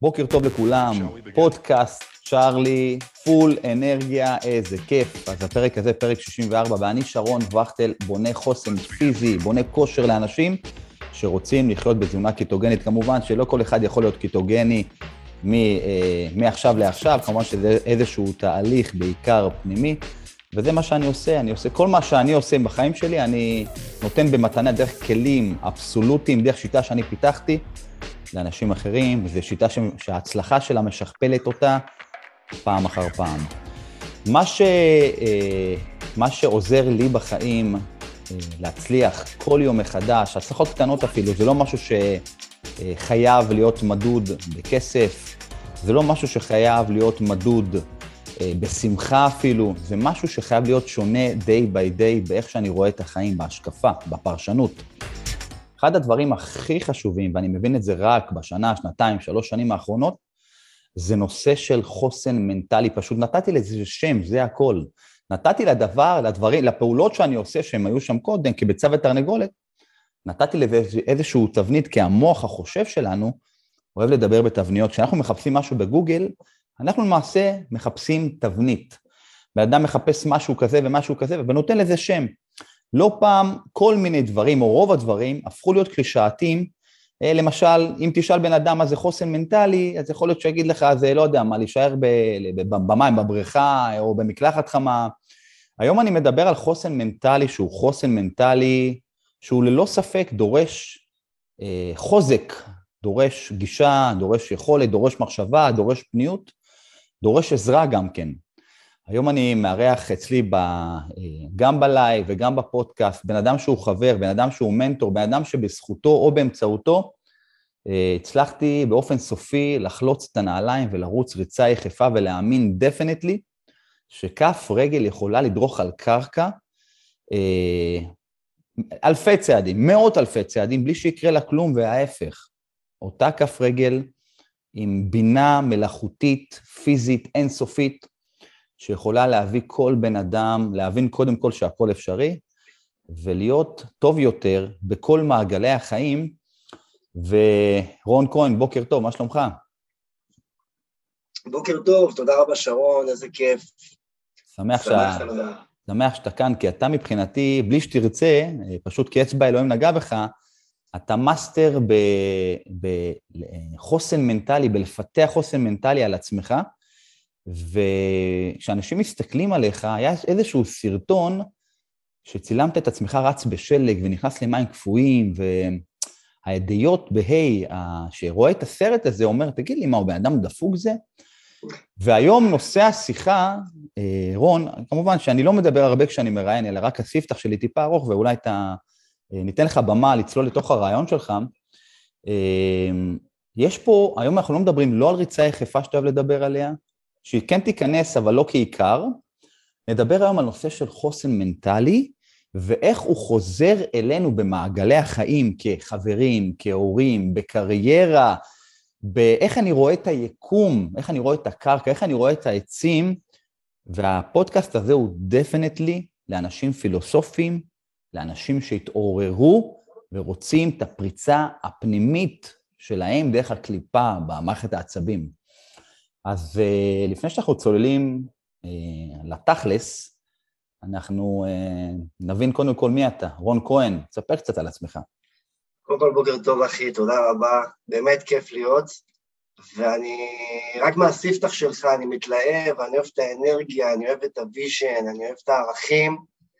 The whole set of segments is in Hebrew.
בוקר טוב לכולם, פודקאסט צ'רלי, פול אנרגיה, איזה כיף. אז הפרק הזה, פרק 64, ואני שרון וכטל, בונה חוסן פיזי, בונה כושר לאנשים שרוצים לחיות בתזונה קיטוגנית. כמובן שלא כל אחד יכול להיות קיטוגני מעכשיו לעכשיו, כמובן שזה איזשהו תהליך בעיקר פנימי, וזה מה שאני עושה. אני עושה כל מה שאני עושה בחיים שלי, אני נותן במתנה דרך כלים אבסולוטיים, דרך שיטה שאני פיתחתי לאנשים אחרים, וזו שיטה שההצלחה שלה משכפלת אותה פעם אחר פעם. מה שעוזר לי בחיים להצליח כל יום מחדש, הצלחות קטנות אפילו, זה לא משהו שחייב להיות מדוד בכסף, זה לא משהו שחייב להיות מדוד בשמחה אפילו, זה משהו שחייב להיות שונה day by day באיך שאני רואה את החיים, בהשקפה, בפרשנות. אחד הדברים הכי חשובים, ואני מבין את זה רק בשנה, שנתיים, 3 שנים האחרונות, זה נושא של חוסן מנטלי. פשוט נתתי לזה שם, זה הכל. נתתי לדברים, לפעולות שאני עושה, שהם היו שם קודם, כביצה ותרנגולת, נתתי לזה איזשהו תבנית, כי המוח החושב שלנו אוהב לדבר בתבניות. כשאנחנו מחפשים משהו בגוגל, אנחנו למעשה מחפשים תבנית. באדם מחפש משהו כזה ומשהו כזה, ונותן לזה שם. לא פעם כל מיני דברים, או רוב הדברים, הפכו להיות קלישאתיים. למשל, אם תשאל בן אדם מה זה חוסן מנטלי, אז יכול להיות שיגיד לך, זה לא יודע מה, להישאר במים, בבריכה, או במקלחת חמה. היום אני מדבר על חוסן מנטלי, שהוא חוסן מנטלי, שהוא ללא ספק דורש חוזק, דורש גישה, דורש יכולת, דורש מחשבה, דורש פניות, דורש עזרה גם כן. היום אני מארח אצלי גם בלייב וגם בפודקאסט, בן אדם שהוא חבר, בן אדם שהוא מנטור, בן אדם שבזכותו או באמצעותו, הצלחתי באופן סופי לחלוץ את הנעליים ולרוץ ריצה יחפה ולהאמין definitely שכף רגל יכולה לדרוך על קרקע אלפי צעדים, מאות אלפי צעדים, בלי שיקרה לה כלום, וההפך. אותה כף רגל עם בינה מלאכותית, פיזית, אינסופית, שיכולה להביא כל בן אדם, להבין קודם כל שהכל אפשרי, ולהיות טוב יותר בכל מעגלי החיים. ורון כהן, בוקר טוב, מה שלומך? בוקר טוב, תודה רבה שרון, איזה כיף. שמח שאתה כאן, כי אתה מבחינתי, בלי שתרצה, פשוט כי אצבע אלוהים נגע בך, אתה מאסטר בחוסן מנטלי, בלפתח חוסן מנטלי על עצמך, וכשאנשים מסתכלים עליך, היה איזשהו סרטון שצילמת את עצמך רץ בשלג ונכנס למים קפואים, והידיעות בהי שרואה את הסרט הזה אומר, תגיד לי מה, הוא בן אדם דפוק זה? והיום נושא השיחה, רון, כמובן שאני לא מדבר הרבה כשאני מראיין, אלא רק הספתח שלי טיפה ארוך, ואולי ניתן לך במה לצלול לתוך הרעיון שלך. יש פה, היום אנחנו לא מדברים לא על ריצה יחפה שאתה אוהב לדבר עליה, שהיא כן תיכנס, אבל לא כעיקר. נדבר היום על נושא של חוסן מנטלי, ואיך הוא חוזר אלינו במעגלי החיים, כחברים, כהורים, בקריירה, באיך אני רואה את היקום, איך אני רואה את הקרקע, איך אני רואה את העצים, והפודקאסט הזה הוא definitely לאנשים פילוסופיים, לאנשים שהתעוררו ורוצים את הפריצה הפנימית שלהם דרך הקליפה במערכת העצבים. אז לפני שאנחנו צוללים לתכלס, אנחנו נבין קודם כל מי אתה. רון כהן, תספר קצת על עצמך. קודם כל בוקר טוב אחי, תודה רבה, באמת כיף להיות, ואני רק מהספתח שלך, אני מתלהב, אני אוהב את האנרגיה, אני אוהב את הוויז'ן, אני אוהב את הערכים,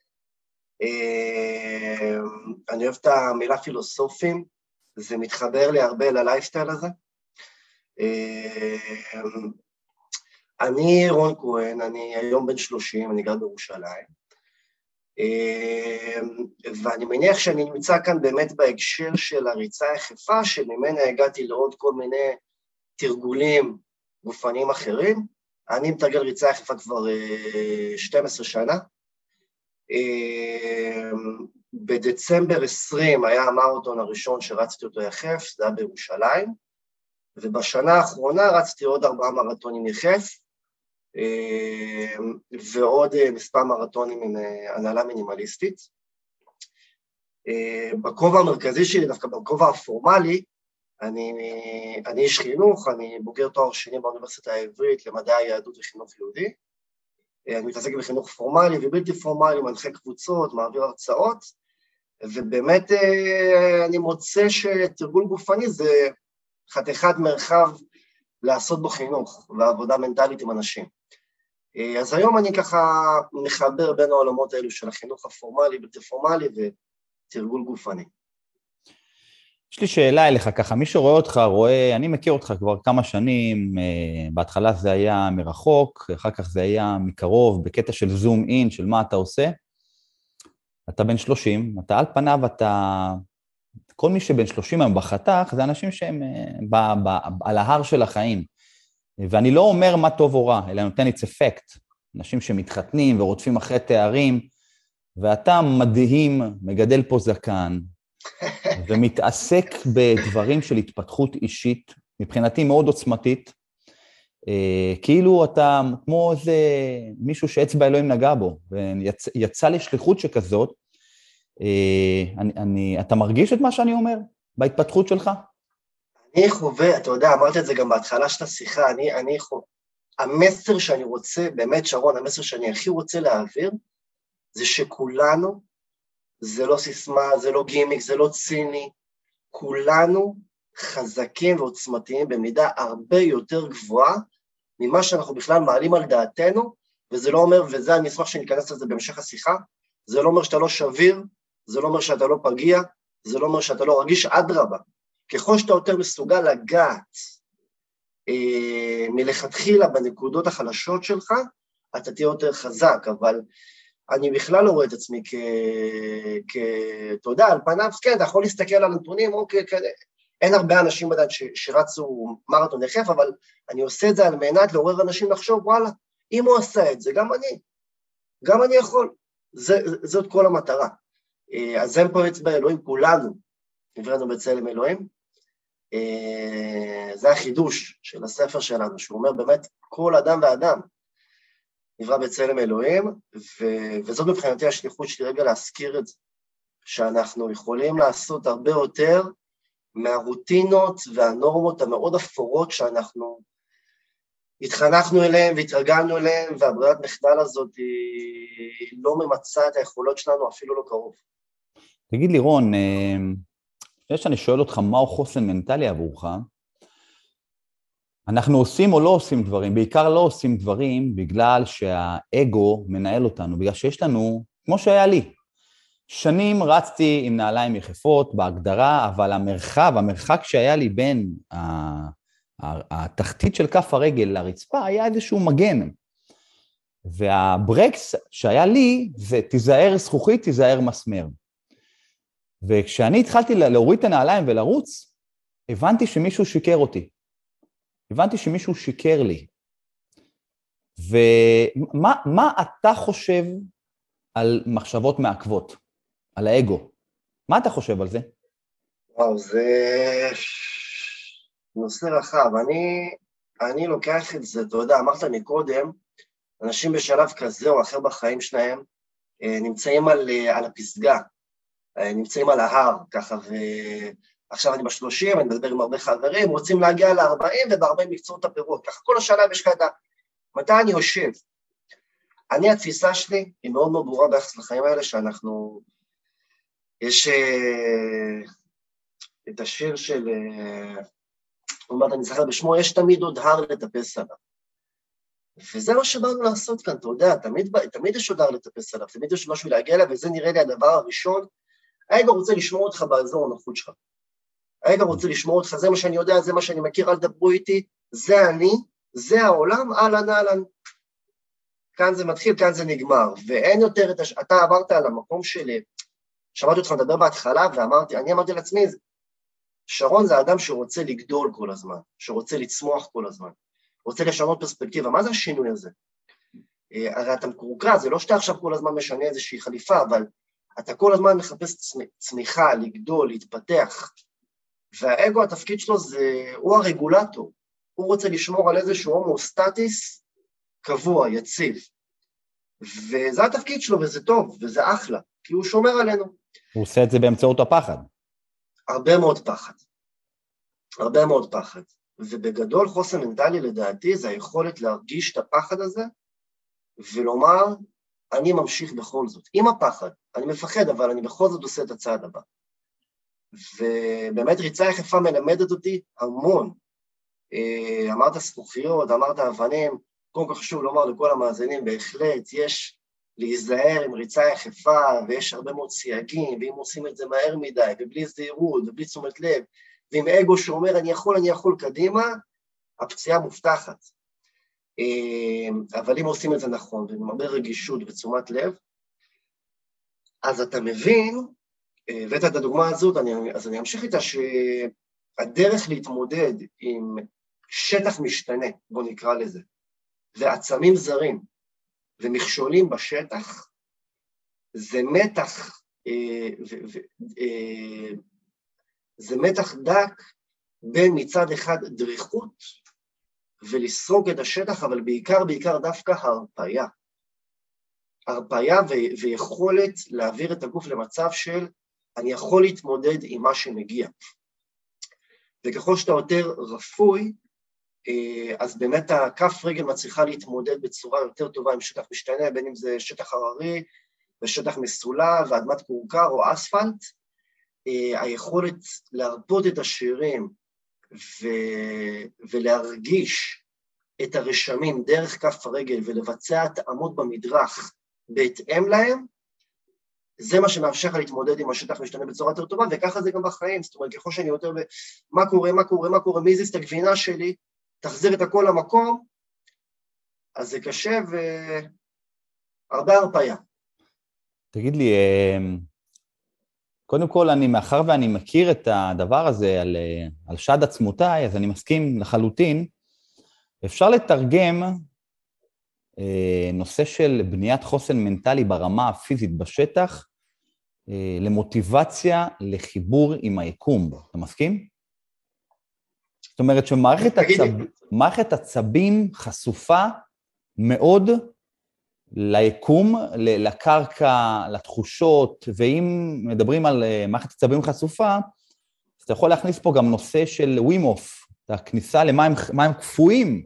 אני אוהב את המילה פילוסופים, זה מתחבר לי הרבה ללייפסטייל הזה. אני רון כהן, אני היום בן 30, אני גר בירושלים, ואני מניח שאני נמצא כאן באמת בהקשר של הריצה היחפה, שממנה הגעתי לעוד כל מיני תרגולים גופניים אחרים. אני מתרגל ריצה יחפה כבר 12 שנה. בדצמבר 20 היה המרתון הראשון שרצתי אותו יחף, זה היה בירושלים, ובשנה האחרונה רצתי עוד 4 מרתונים יחף, ועוד מספר מרתונים עם הנהלה מינימליסטית. בכובע המרכזי שלי, דווקא בכובע הפורמלי, אני איש חינוך, אני בוגר תואר שני באוניברסיטה העברית למדעי היהדות וחינוך יהודי. אני מתעסק בחינוך פורמלי ובלתי פורמלי, מנחה קבוצות, מעביר הרצאות, ובאמת אני מוצא שתרגול גופני זה חתיכת מרחב לעשות בו חינוך ועבודה מנטלית עם אנשים. אז היום אני ככה מחבר בין העולמות האלו של החינוך הפורמלי, בלתי פורמלי ותרגול גופני. יש לי שאלה אליך ככה, מי שרואה אותך רואה, אני מכיר אותך כבר כמה שנים, בהתחלה זה היה מרחוק, אחר כך זה היה מקרוב, בקטע של זום אין, של מה אתה עושה. אתה בן 30, אתה על פניו, כל מי שבן 30 היום בחתך, זה אנשים שהם על ההר של החיים. ואני לא אומר מה טוב או רע, אלא נותן it's effect. אנשים שמתחתנים ורודפים אחרי תארים, ואתה מדהים, מגדל פה זקן, ומתעסק בדברים של התפתחות אישית, מבחינתי מאוד עוצמתית, כאילו אתה כמו איזה מישהו שאצבע אלוהים נגע בו, ויצא לשליחות שכזאת, אתה מרגיש את מה שאני אומר בהתפתחות שלך? אני חווה, אתה יודע, אמרת את זה גם בהתחלה של השיחה, המסר שאני רוצה, באמת שרון, המסר שאני הכי רוצה להעביר, זה שכולנו, זה לא סיסמה, זה לא גימיק, זה לא ציני, כולנו חזקים ועוצמתיים במידה הרבה יותר גבוהה, ממה שאנחנו בכלל מעלים על דעתנו, וזה לא אומר, וזה אני אשמח שניכנס לזה בהמשך השיחה, זה לא אומר שאתה לא שביר, זה לא אומר שאתה לא פגיע, זה לא אומר שאתה לא רגיש, אדרבה. ככל שאתה יותר מסוגל לגעת מלכתחילה בנקודות החלשות שלך, אתה תהיה יותר חזק, אבל אני בכלל לא רואה את עצמי אתה יודע, על פניו, כן, אתה יכול להסתכל על הנתונים, אוקיי, אין הרבה אנשים בדעת שרצו מרתון יחף, אבל אני עושה את זה על מנת לעורר אנשים לחשוב, וואלה, אם הוא עשה את זה, גם אני יכול, זאת כל המטרה. אז הם פה אצבע אלוהים, כולנו נבראנו בצלם אלוהים, זה החידוש של הספר שלנו, שהוא אומר באמת, כל אדם ואדם נברא בצלם אלוהים, וזאת מבחינתי השליחות שלי רגע להזכיר את זה, שאנחנו יכולים לעשות הרבה יותר מהרוטינות והנורמות המאוד אפורות שאנחנו התחנכנו אליהם והתרגלנו אליהם, והברירת מחדל הזאת היא לא ממצה את היכולות שלנו, אפילו לא קרוב. תגיד לי, רון, לפני שאני שואל אותך מהו חוסן מנטלי עבורך, אנחנו עושים או לא עושים דברים, בעיקר לא עושים דברים בגלל שהאגו מנהל אותנו, בגלל שיש לנו, כמו שהיה לי, שנים רצתי עם נעליים יחפות בהגדרה, אבל המרחק שהיה לי בין התחתית של כף הרגל לרצפה היה איזשהו מגן, והברקס שהיה לי זה תיזהר זכוכית, תיזהר מסמר. וכשאני התחלתי להוריד את הנעליים ולרוץ, הבנתי שמישהו שיקר אותי. הבנתי שמישהו שיקר לי. ומה אתה חושב על מחשבות מעכבות, על האגו? מה אתה חושב על זה? וואו, זה נושא רחב. אני לוקח את זה, אתה יודע, אמרת מקודם, אנשים בשלב כזה או אחר בחיים שלהם, נמצאים על הפסגה, נמצאים על ההר, ככה, ועכשיו אני ב-30, אני מדבר עם הרבה חברים, רוצים להגיע ל-40 וב-40 מקצור את הפירות, ככה כל השנה יש כזה, מתי אני יושב? התפיסה שלי היא מאוד מאוד ברורה ביחס לחיים האלה, שאנחנו, יש את השיר של, אני זוכר בשמו, יש תמיד עוד הר לטפס עליו. וזה מה שבאנו לעשות כאן, אתה יודע, תמיד יש עוד הר לטפס עליו, תמיד יש משהו להגיע אליו, וזה נראה לי הדבר הראשון. האגו רוצה לשמור אותך באזור הנוחות שלך. האגו רוצה לשמור אותך, זה מה שאני יודע, זה מה שאני מכיר, אל דברו איתי, זה אני, זה העולם, אהלן. כאן זה מתחיל, כאן זה נגמר, ואין יותר אתה עברת על המקום שלי, שמעתי אותך לדבר בהתחלה, אני אמרתי לעצמי, שרון זה האדם שרוצה לגדול כל הזמן, שרוצה לצמוח כל הזמן, רוצה לשנות פרספקטיבה. מה זה השינוי הזה? הרי אתה מקורקע, זה לא שאתה עכשיו כל הזמן משנה איזושהי חליפה, אבל אתה כל הזמן מחפש צמיחה, לגדול, להתפתח, והאגו, התפקיד שלו הוא הרגולטור, הוא רוצה לשמור על איזשהו הומוסטטיס קבוע, יציב, וזה התפקיד שלו, וזה טוב, וזה אחלה, כי הוא שומר עלינו. הוא עושה את זה באמצעות הפחד. הרבה מאוד פחד. הרבה מאוד פחד. ובגדול חוסן מנטלי לדעתי זה היכולת להרגיש את הפחד הזה, ולומר, אני ממשיך בכל זאת. עם הפחד, אני מפחד, אבל אני בכל זאת עושה את הצעד הבא. ובאמת ריצה יחפה מלמדת אותי המון. אמרת זכוכיות, אמרת אבנים, קודם כל חשוב לומר לכל המאזינים, בהחלט יש להיזהר עם ריצה יחפה, ויש הרבה מאוד סייגים, ואם עושים את זה מהר מדי, ובלי זהירות, ובלי תשומת לב, ועם אגו שאומר אני יכול קדימה, הפציעה מובטחת. אבל אם עושים את זה נכון, ועם הרבה רגישות ותשומת לב, אז אתה מבין, ואת הדוגמה הזאת, אז אני אמשיך איתה שהדרך להתמודד עם שטח משתנה, בוא נקרא לזה, ועצמים זרים, ומכשולים בשטח, זה מתח, זה מתח דק בין מצד אחד דריכות, ולסרוג את השטח, אבל בעיקר דווקא הרפאיה ויכולת להעביר את הגוף למצב של אני יכול להתמודד עם מה שמגיע. וככל שאתה יותר רפוי, אז באמת הכף רגל מצליחה להתמודד בצורה יותר טובה עם שטח משתנה, בין אם זה שטח הררי ושטח מסולע ואדמת קורקר או אספלט, היכולת להרפות את השרירים ולהרגיש את הרשמים דרך כף הרגל ולבצע התאמות במדרך בהתאם להם, זה מה שמאפשר להתמודד עם השטח משתנה בצורה יותר טובה, וככה זה גם בחיים, זאת אומרת, ככל שאני יותר מה קורה, מי זיז את הגבינה שלי, תחזיר את הכל למקום, אז זה קשה והרבה הרפאיה. תגיד לי, קודם כל, מאחר ואני מכיר את הדבר הזה על שד עצמותיי, אז אני מסכים לחלוטין, אפשר לתרגם נושא של בניית חוסן מנטלי ברמה הפיזית בשטח, למוטיבציה לחיבור עם היקום. אתה מסכים? זאת אומרת שמערכת עצבים חשופה מאוד ליקום, לקרקע, לתחושות, ואם מדברים על מערכת עצבים חשופה, אז אתה יכול להכניס פה גם נושא של ווימוף, הכניסה למים קפואים,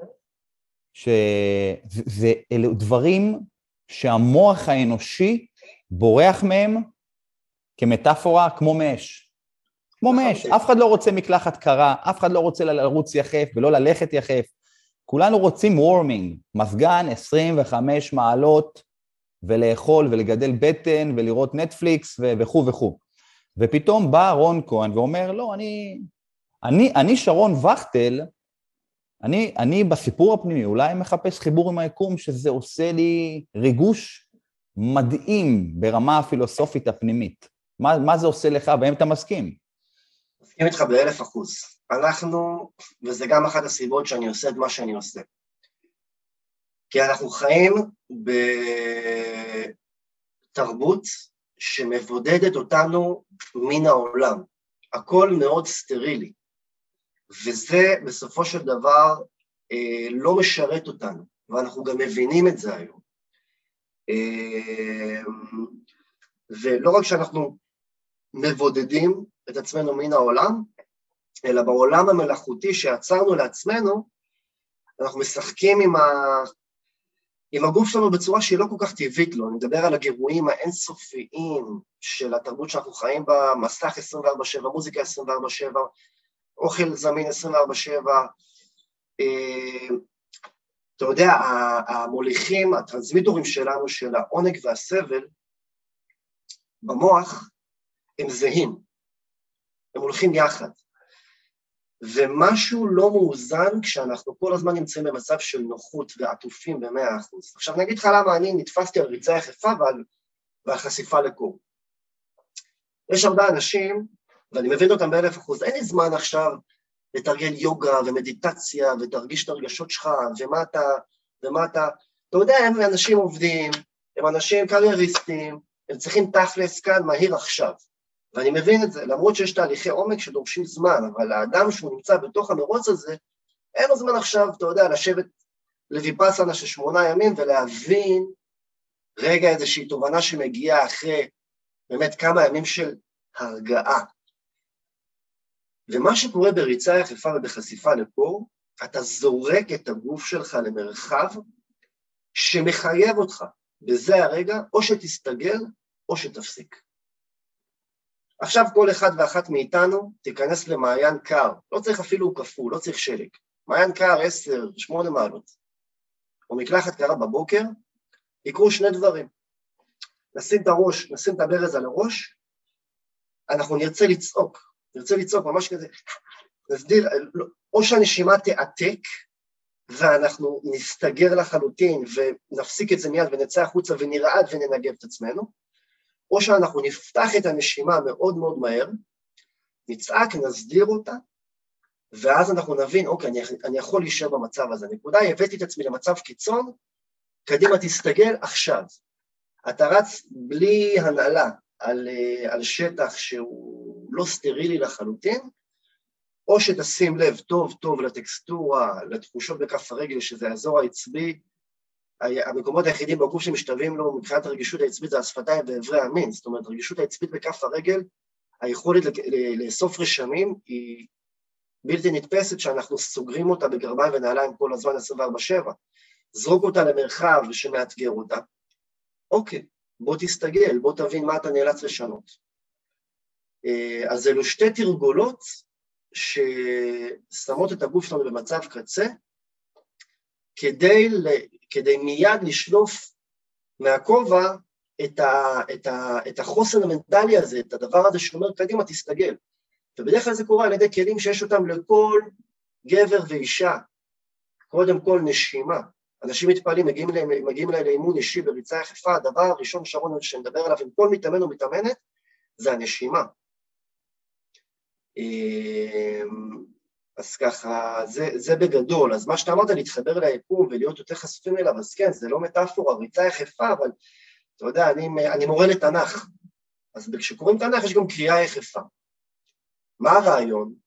שאלה דברים שהמוח האנושי בורח מהם כמטאפורה כמו מאש. כמו מאש, אף אחד לא רוצה מקלחת קרה, אף אחד לא רוצה לרוץ יחף ולא ללכת יחף. כולנו רוצים וורמינג, מזגן 25 מעלות, ולאכול ולגדל בטן ולראות נטפליקס וכו' וכו'. ופתאום בא רון כהן ואומר, לא, אני שרון וכטל, אני בסיפור הפנימי, אולי מחפש חיבור עם היקום, שזה עושה לי ריגוש מדהים ברמה הפילוסופית הפנימית. מה זה עושה לך, והאם אתה מסכים? מסכים איתך ב1,000%. וזה גם אחת הסיבות שאני עושה את מה שאני עושה. כי אנחנו חיים בתרבות שמבודדת אותנו מן העולם. הכל מאוד סטרילי. וזה בסופו של דבר לא משרת אותנו, ואנחנו גם מבינים את זה היום. ולא רק שאנחנו מבודדים את עצמנו מן העולם, אלא בעולם המלאכותי שיצרנו לעצמנו, אנחנו משחקים עם הגוף שלנו בצורה שהיא לא כל כך טבעית לו. אני מדבר על הגירויים האינסופיים של התרבות שאנחנו חיים בה, מסך 24/7, מוזיקה 24/7, אוכל זמין 24/7, אתה יודע, המוליכים, הטרנסמיטורים שלנו, של העונג והסבל, במוח, הם זהים, הם הולכים יחד, ומשהו לא מאוזן כשאנחנו כל הזמן נמצאים במצב של נוחות ועטופים ב100%. עכשיו נגיד לך למה אני נתפסתי על ריצה יחפה ועל חשיפה לקור. יש הרבה אנשים, ואני מבין אותם ב1,000%, אין לי זמן עכשיו לתרגל יוגה ומדיטציה ותרגיש את הרגשות שלך ומה אתה, אתה יודע, הם אנשים עובדים, הם אנשים קרייריסטים, הם צריכים תכלס כאן מהיר עכשיו. ואני מבין את זה, למרות שיש תהליכי עומק שדורשים זמן, אבל האדם שהוא נמצא בתוך המרוץ הזה, אין לו זמן עכשיו, אתה יודע, לשבת לויפאסנה של 8 ימים ולהבין רגע איזושהי תובנה שמגיעה אחרי באמת כמה ימים של הרגעה. ומה שקורה בריצה יחפה ובחשיפה לקור, אתה זורק את הגוף שלך למרחב שמחייב אותך בזה הרגע, או שתסתגל או שתפסיק. עכשיו כל אחד ואחת מאיתנו תיכנס למעיין קר, לא צריך אפילו כפול, לא צריך שלג, מעיין קר 10-8 מעלות, או מקלחת קרה בבוקר, יקרו שני דברים, נשים את הראש, נשים את הברז על הראש, אנחנו נרצה לצעוק ממש כזה, נסדיר, או שהנשימה תעתק, ואנחנו נסתגר לחלוטין, ונפסיק את זה מיד, ונצא החוצה ונרעד וננגב את עצמנו, או שאנחנו נפתח את הנשימה מאוד מאוד מהר, נצעק, נסדיר אותה, ואז אנחנו נבין, אוקיי, אני יכול להישאר במצב הזה. נקודה, הבאתי את עצמי למצב קיצון, קדימה תסתגל עכשיו. אתה רץ בלי הנעלה על שטח שהוא לא סטרילי לחלוטין, או שתשים לב טוב טוב לטקסטורה, לתחושות בכף הרגל, שזה האזור העצבי, המקומות היחידים בגוף שמשתווים לו מבחינת הרגישות העצבית זה השפתיים ואיברי המין, זאת אומרת, הרגישות העצבית בכף הרגל, היכולת לאסוף רשמים היא בלתי נתפסת שאנחנו סוגרים אותה בגרביים ונעליים כל הזמן 24/7, זרוק אותה למרחב שמאתגר אותה, אוקיי, בוא תסתגל, בוא תבין מה אתה נאלץ לשנות. אז אלו שתי תרגולות ששמות את הגוף שלנו במצב קצה, כדי מיד לשלוף מהכובע את החוסן המנטלי הזה, את הדבר הזה שאומר קדימה תסתגל. ובדרך כלל זה קורה על ידי כלים שיש אותם לכל גבר ואישה. קודם כל נשימה. אנשים מתפעלים, מגיעים אליי לאימון אישי בריצה יחפה, הדבר הראשון שרון שנדבר עליו עם כל מתאמן או מתאמנת, זה הנשימה. אז ככה, זה בגדול. אז מה שאתה אמרת, להתחבר ליקום ולהיות יותר חשופים אליו, אז כן, זה לא מטאפורה, ריצה יחפה, אבל אתה יודע, אני מורה לתנ"ך. אז כשקוראים תנ"ך יש גם קריאה יחפה. מה הרעיון?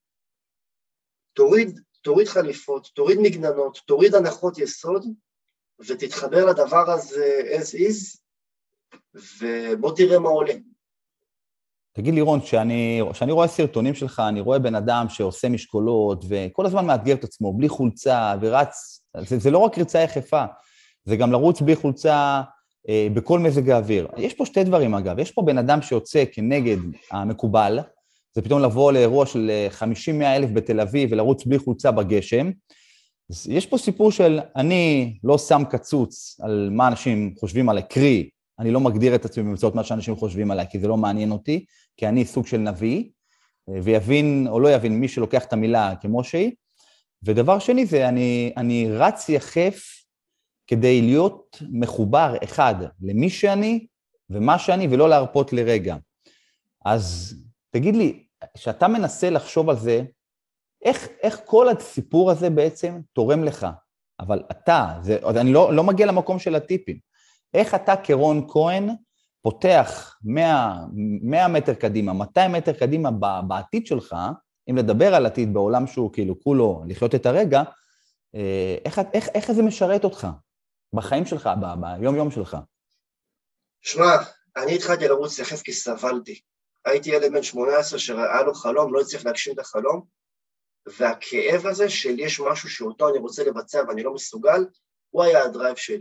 תוריד חליפות, תוריד מגננות, תוריד הנחות יסוד, ותתחבר לדבר הזה as is, ובוא תראה מה עולה. תגיד לי, רון, כשאני רואה סרטונים שלך, אני רואה בן אדם שעושה משקולות, וכל הזמן מאתגר את עצמו, בלי חולצה, ורץ, זה לא רק ריצה יחפה, זה גם לרוץ בלי חולצה בכל מזג האוויר. יש פה שתי דברים אגב, יש פה בן אדם שיוצא כנגד המקובל, זה פתאום לבוא לאירוע של 50-100 אלף בתל אביב, ולרוץ בלי חולצה בגשם. יש פה סיפור של אני לא שם קצוץ על מה אנשים חושבים עליי, קרי, אני לא מגדיר את עצמי באמצעות מה שאנשים חושבים עליי, כי זה לא מעניין אותי, כי אני סוג של נביא, ויבין או לא יבין מי שלוקח את המילה כמו שהיא. ודבר שני זה, אני רץ יחף כדי להיות מחובר אחד למי שאני ומה שאני, ולא להרפות לרגע. אז תגיד לי, שאתה מנסה לחשוב על זה, איך כל הסיפור הזה בעצם תורם לך? אבל אני לא מגיע למקום של הטיפים. איך אתה כרון כהן פותח 100 מטר קדימה, 200 מטר קדימה בעתיד שלך, אם לדבר על עתיד בעולם שהוא כאילו כולו לחיות את הרגע, איך זה משרת אותך בחיים שלך, ביום יום שלך? שמע, אני התחלתי לרוץ יחף כי סבלתי. הייתי ילד בן 18 שראה לו חלום, לא הצליח להגשים את החלום, והכאב הזה של יש משהו שאותו אני רוצה לבצע ואני לא מסוגל, הוא היה הדרייב שלי.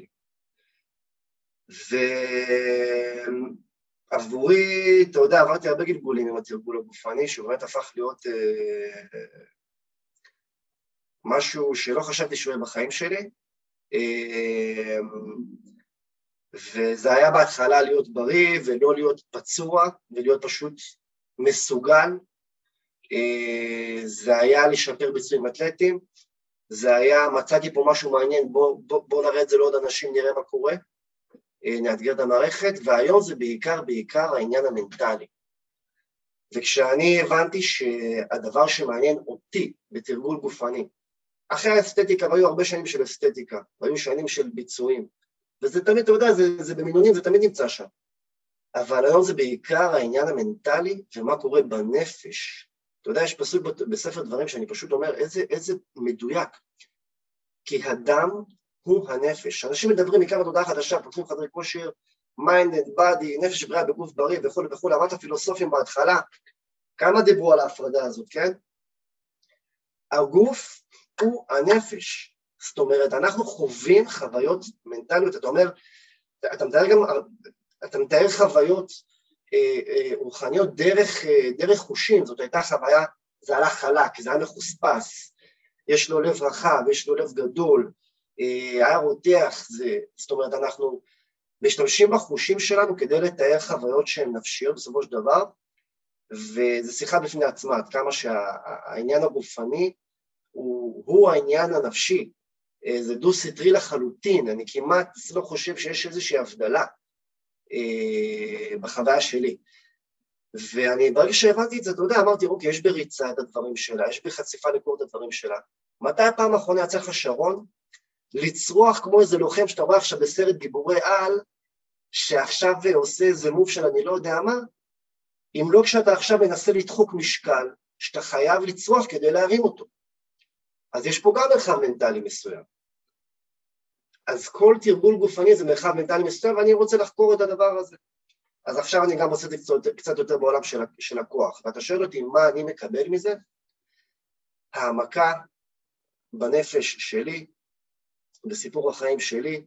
ועבורי, אתה יודע, עברתי הרבה גלגולים עם התרגול הגופני, שהוא באמת הפך להיות משהו שלא חשבתי שהוא יהיה בחיים שלי, וזה היה בהתחלה להיות בריא ולא להיות פצוע, ולהיות פשוט מסוגל, זה היה לשפר ביצועים אתלטיים, זה היה, מצאתי פה משהו מעניין, בוא נראה את זה לעוד אנשים, נראה מה קורה, נאתגר את המערכת, והיום זה בעיקר העניין המנטלי. וכשאני הבנתי שהדבר שמעניין אותי בתרגול גופני, אחרי האסתטיקה, והיו הרבה שנים של אסתטיקה, והיו שנים של ביצועים, וזה תמיד, אתה יודע, זה במינונים, זה תמיד נמצא שם. אבל היום זה בעיקר העניין המנטלי, ומה קורה בנפש. אתה יודע, יש פסוק בספר דברים שאני פשוט אומר, איזה מדויק. כי הדם הוא הנפש. אנשים מדברים מכמה תודעה חדשה, פותחים חדרי כושר, mind and body, נפש בריאה בגוף בריא וכו' וכו', אמרת פילוסופים בהתחלה, כמה דיברו על ההפרדה הזאת, כן? הגוף הוא הנפש. זאת אומרת, אנחנו חווים חוויות מנטליות, אתה מתאר חוויות רוחניות דרך חושים, זאת הייתה חוויה, זה הלך חלק, זה היה מחוספס, יש לו לב רחב, יש לו לב גדול, היה רותח, זאת אומרת, אנחנו משתמשים בחושים שלנו כדי לתאר חוויות שהן נפשיות בסופו של דבר, וזו שיחה בפני עצמה, עד כמה שהעניין הגופני הוא העניין הנפשי, זה דו-סטרי לחלוטין, אני כמעט לא חושב שיש איזושהי הבדלה בחוויה שלי. ואני ברגע שהבנתי את זה, אתה יודע, אמרתי, אוקיי, יש בריצה את הדברים שלה, יש בחשיפה לקרוא את הדברים שלה. מתי הפעם האחרונה יצא לך שרון? לצרוח כמו איזה לוחם שאתה רואה עכשיו בסרט גיבורי על, שעכשיו עושה איזה מוב של אני לא יודע מה, אם לא כשאתה עכשיו מנסה לדחוק משקל, שאתה חייב לצרוח כדי להרים אותו. אז יש פה גם מרחב מנטלי מסוים. אז כל תרגול גופני זה מרחב מנטלי מסוים, ואני רוצה לחקור את הדבר הזה. אז עכשיו אני גם עושה את זה קצת יותר בעולם של הכוח, ואתה שואל אותי מה אני מקבל מזה? העמקה בנפש שלי, בסיפור החיים שלי,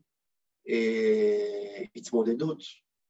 התמודדות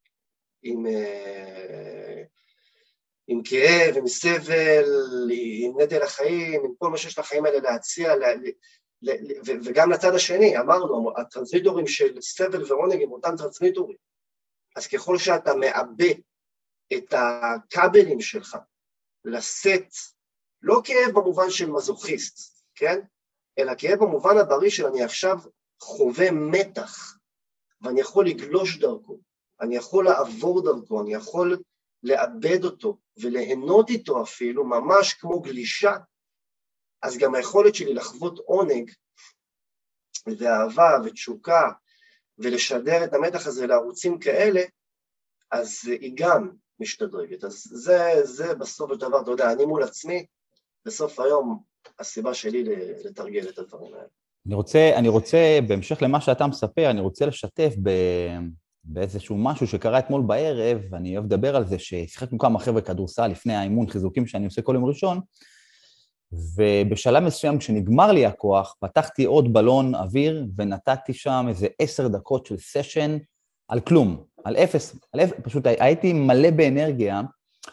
עם כאב, עם סבל, עם נטל החיים, עם כל מה שיש לחיים האלה להציע, וגם לצד השני, אמרנו, הטרנסמיטורים של סבל ועונג הם אותם טרנסמיטורים. אז ככל שאתה מאבד את הקאבלים שלך, לשאת, לא כאב במובן של מזוכיסט, כן? אלא כאב במובן הבריא של אני עכשיו חווה מתח, ואני יכול לגלוש דרכו, אני יכול לעבור דרכו, אני יכול לאבד אותו, וליהנות איתו אפילו, ממש כמו גלישה, אז גם היכולת שלי לחוות עונג, ואהבה ותשוקה, ולשדר את המתח הזה לערוצים כאלה, אז היא גם משתדרגת. אז זה בסוף הדבר, אתה יודע, אני מול עצמי, בסוף היום, הסיבה שלי לתרגל את הדברים האלה. אני רוצה, בהמשך למה שאתה מספר, אני רוצה לשתף באיזשהו משהו שקרה אתמול בערב, ואני אוהב לדבר על זה, ששיחקנו כמה חבר'ה כדורסל לפני האימון חיזוקים שאני עושה כל יום ראשון, ובשלב מסוים כשנגמר לי הכוח, פתחתי עוד בלון אוויר, ונתתי שם איזה 10 דקות של סשן על כלום, על אפס, פשוט הייתי מלא באנרגיה,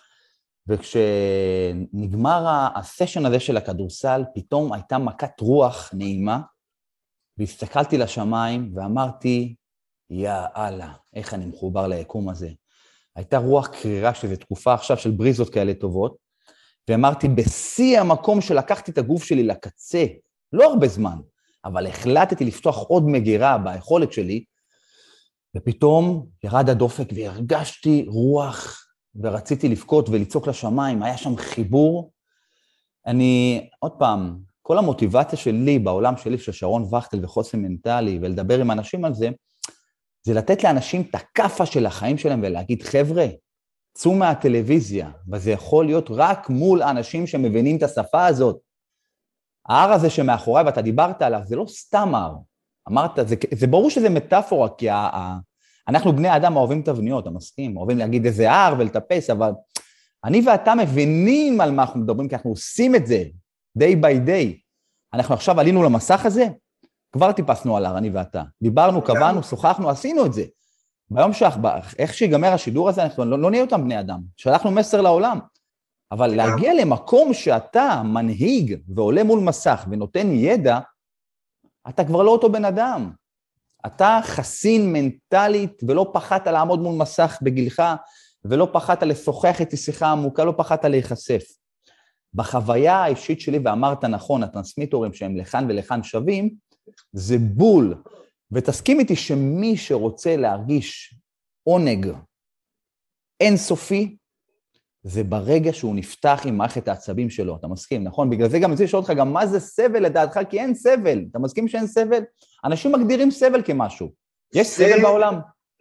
וכשנגמר הסשן הזה של הכדורסל, פתאום הייתה מכת רוח נעימה, והסתכלתי לשמיים ואמרתי, יא אללה, איך אני מחובר ליקום הזה. הייתה רוח קרירה שזו תקופה עכשיו של בריזות כאלה טובות, ואמרתי, בשיא המקום שלקחתי את הגוף שלי לקצה, לא הרבה זמן, אבל החלטתי לפתוח עוד מגירה ביכולת שלי, ופתאום ירד הדופק והרגשתי רוח, ורציתי לבכות ולצעוק לשמיים, היה שם חיבור. עוד פעם, כל המוטיבציה שלי בעולם שלי, של שרון וכטל וחוסן מנטלי, ולדבר עם אנשים על זה, זה לתת לאנשים את הכאפה של החיים שלהם, ולהגיד, חבר'ה, צאו מהטלוויזיה, וזה יכול להיות רק מול אנשים שמבינים את השפה הזאת. ההר הזה שמאחוריי, ואתה דיברת עליו, זה לא סתם הר. אמרת, זה ברור שזה מטאפורה, כי אנחנו בני האדם אוהבים תבניות, אתה מסכים? אוהבים להגיד איזה הר ולטפס, אבל אני ואתה מבינים על מה אנחנו מדברים, כי אנחנו עושים את זה, day by day. אנחנו עכשיו עלינו למסך הזה, כבר טיפסנו על הר, אני ואתה. דיברנו, קבענו, שוחחנו, עשינו את זה. ביום איך שיגמר השידור הזה, אנחנו לא נהיה אותם בני אדם. שלחנו מסר לעולם. אבל להגיע למקום שאתה מנהיג ועולה מול מסך ונותן ידע, אתה כבר לא אותו בן אדם. אתה חסין מנטלית ולא פחדת לעמוד מול מסך בגילך, ולא פחדת לשוחח איתי שיחה עמוקה, לא פחדת להיחשף. בחוויה האישית שלי, ואמרת נכון, הטרנסמיטורים שהם לכאן ולכאן שווים, זה בול. ותסכים איתי שמי שרוצה להרגיש עונג אינסופי, זה ברגע שהוא נפתח עם מערכת העצבים שלו, אתה מסכים, נכון? בגלל זה גם אני לשאול אותך גם מה זה סבל לדעתך, כי אין סבל, אתה מסכים שאין סבל? אנשים מגדירים סבל כמשהו, יש סבל בעולם.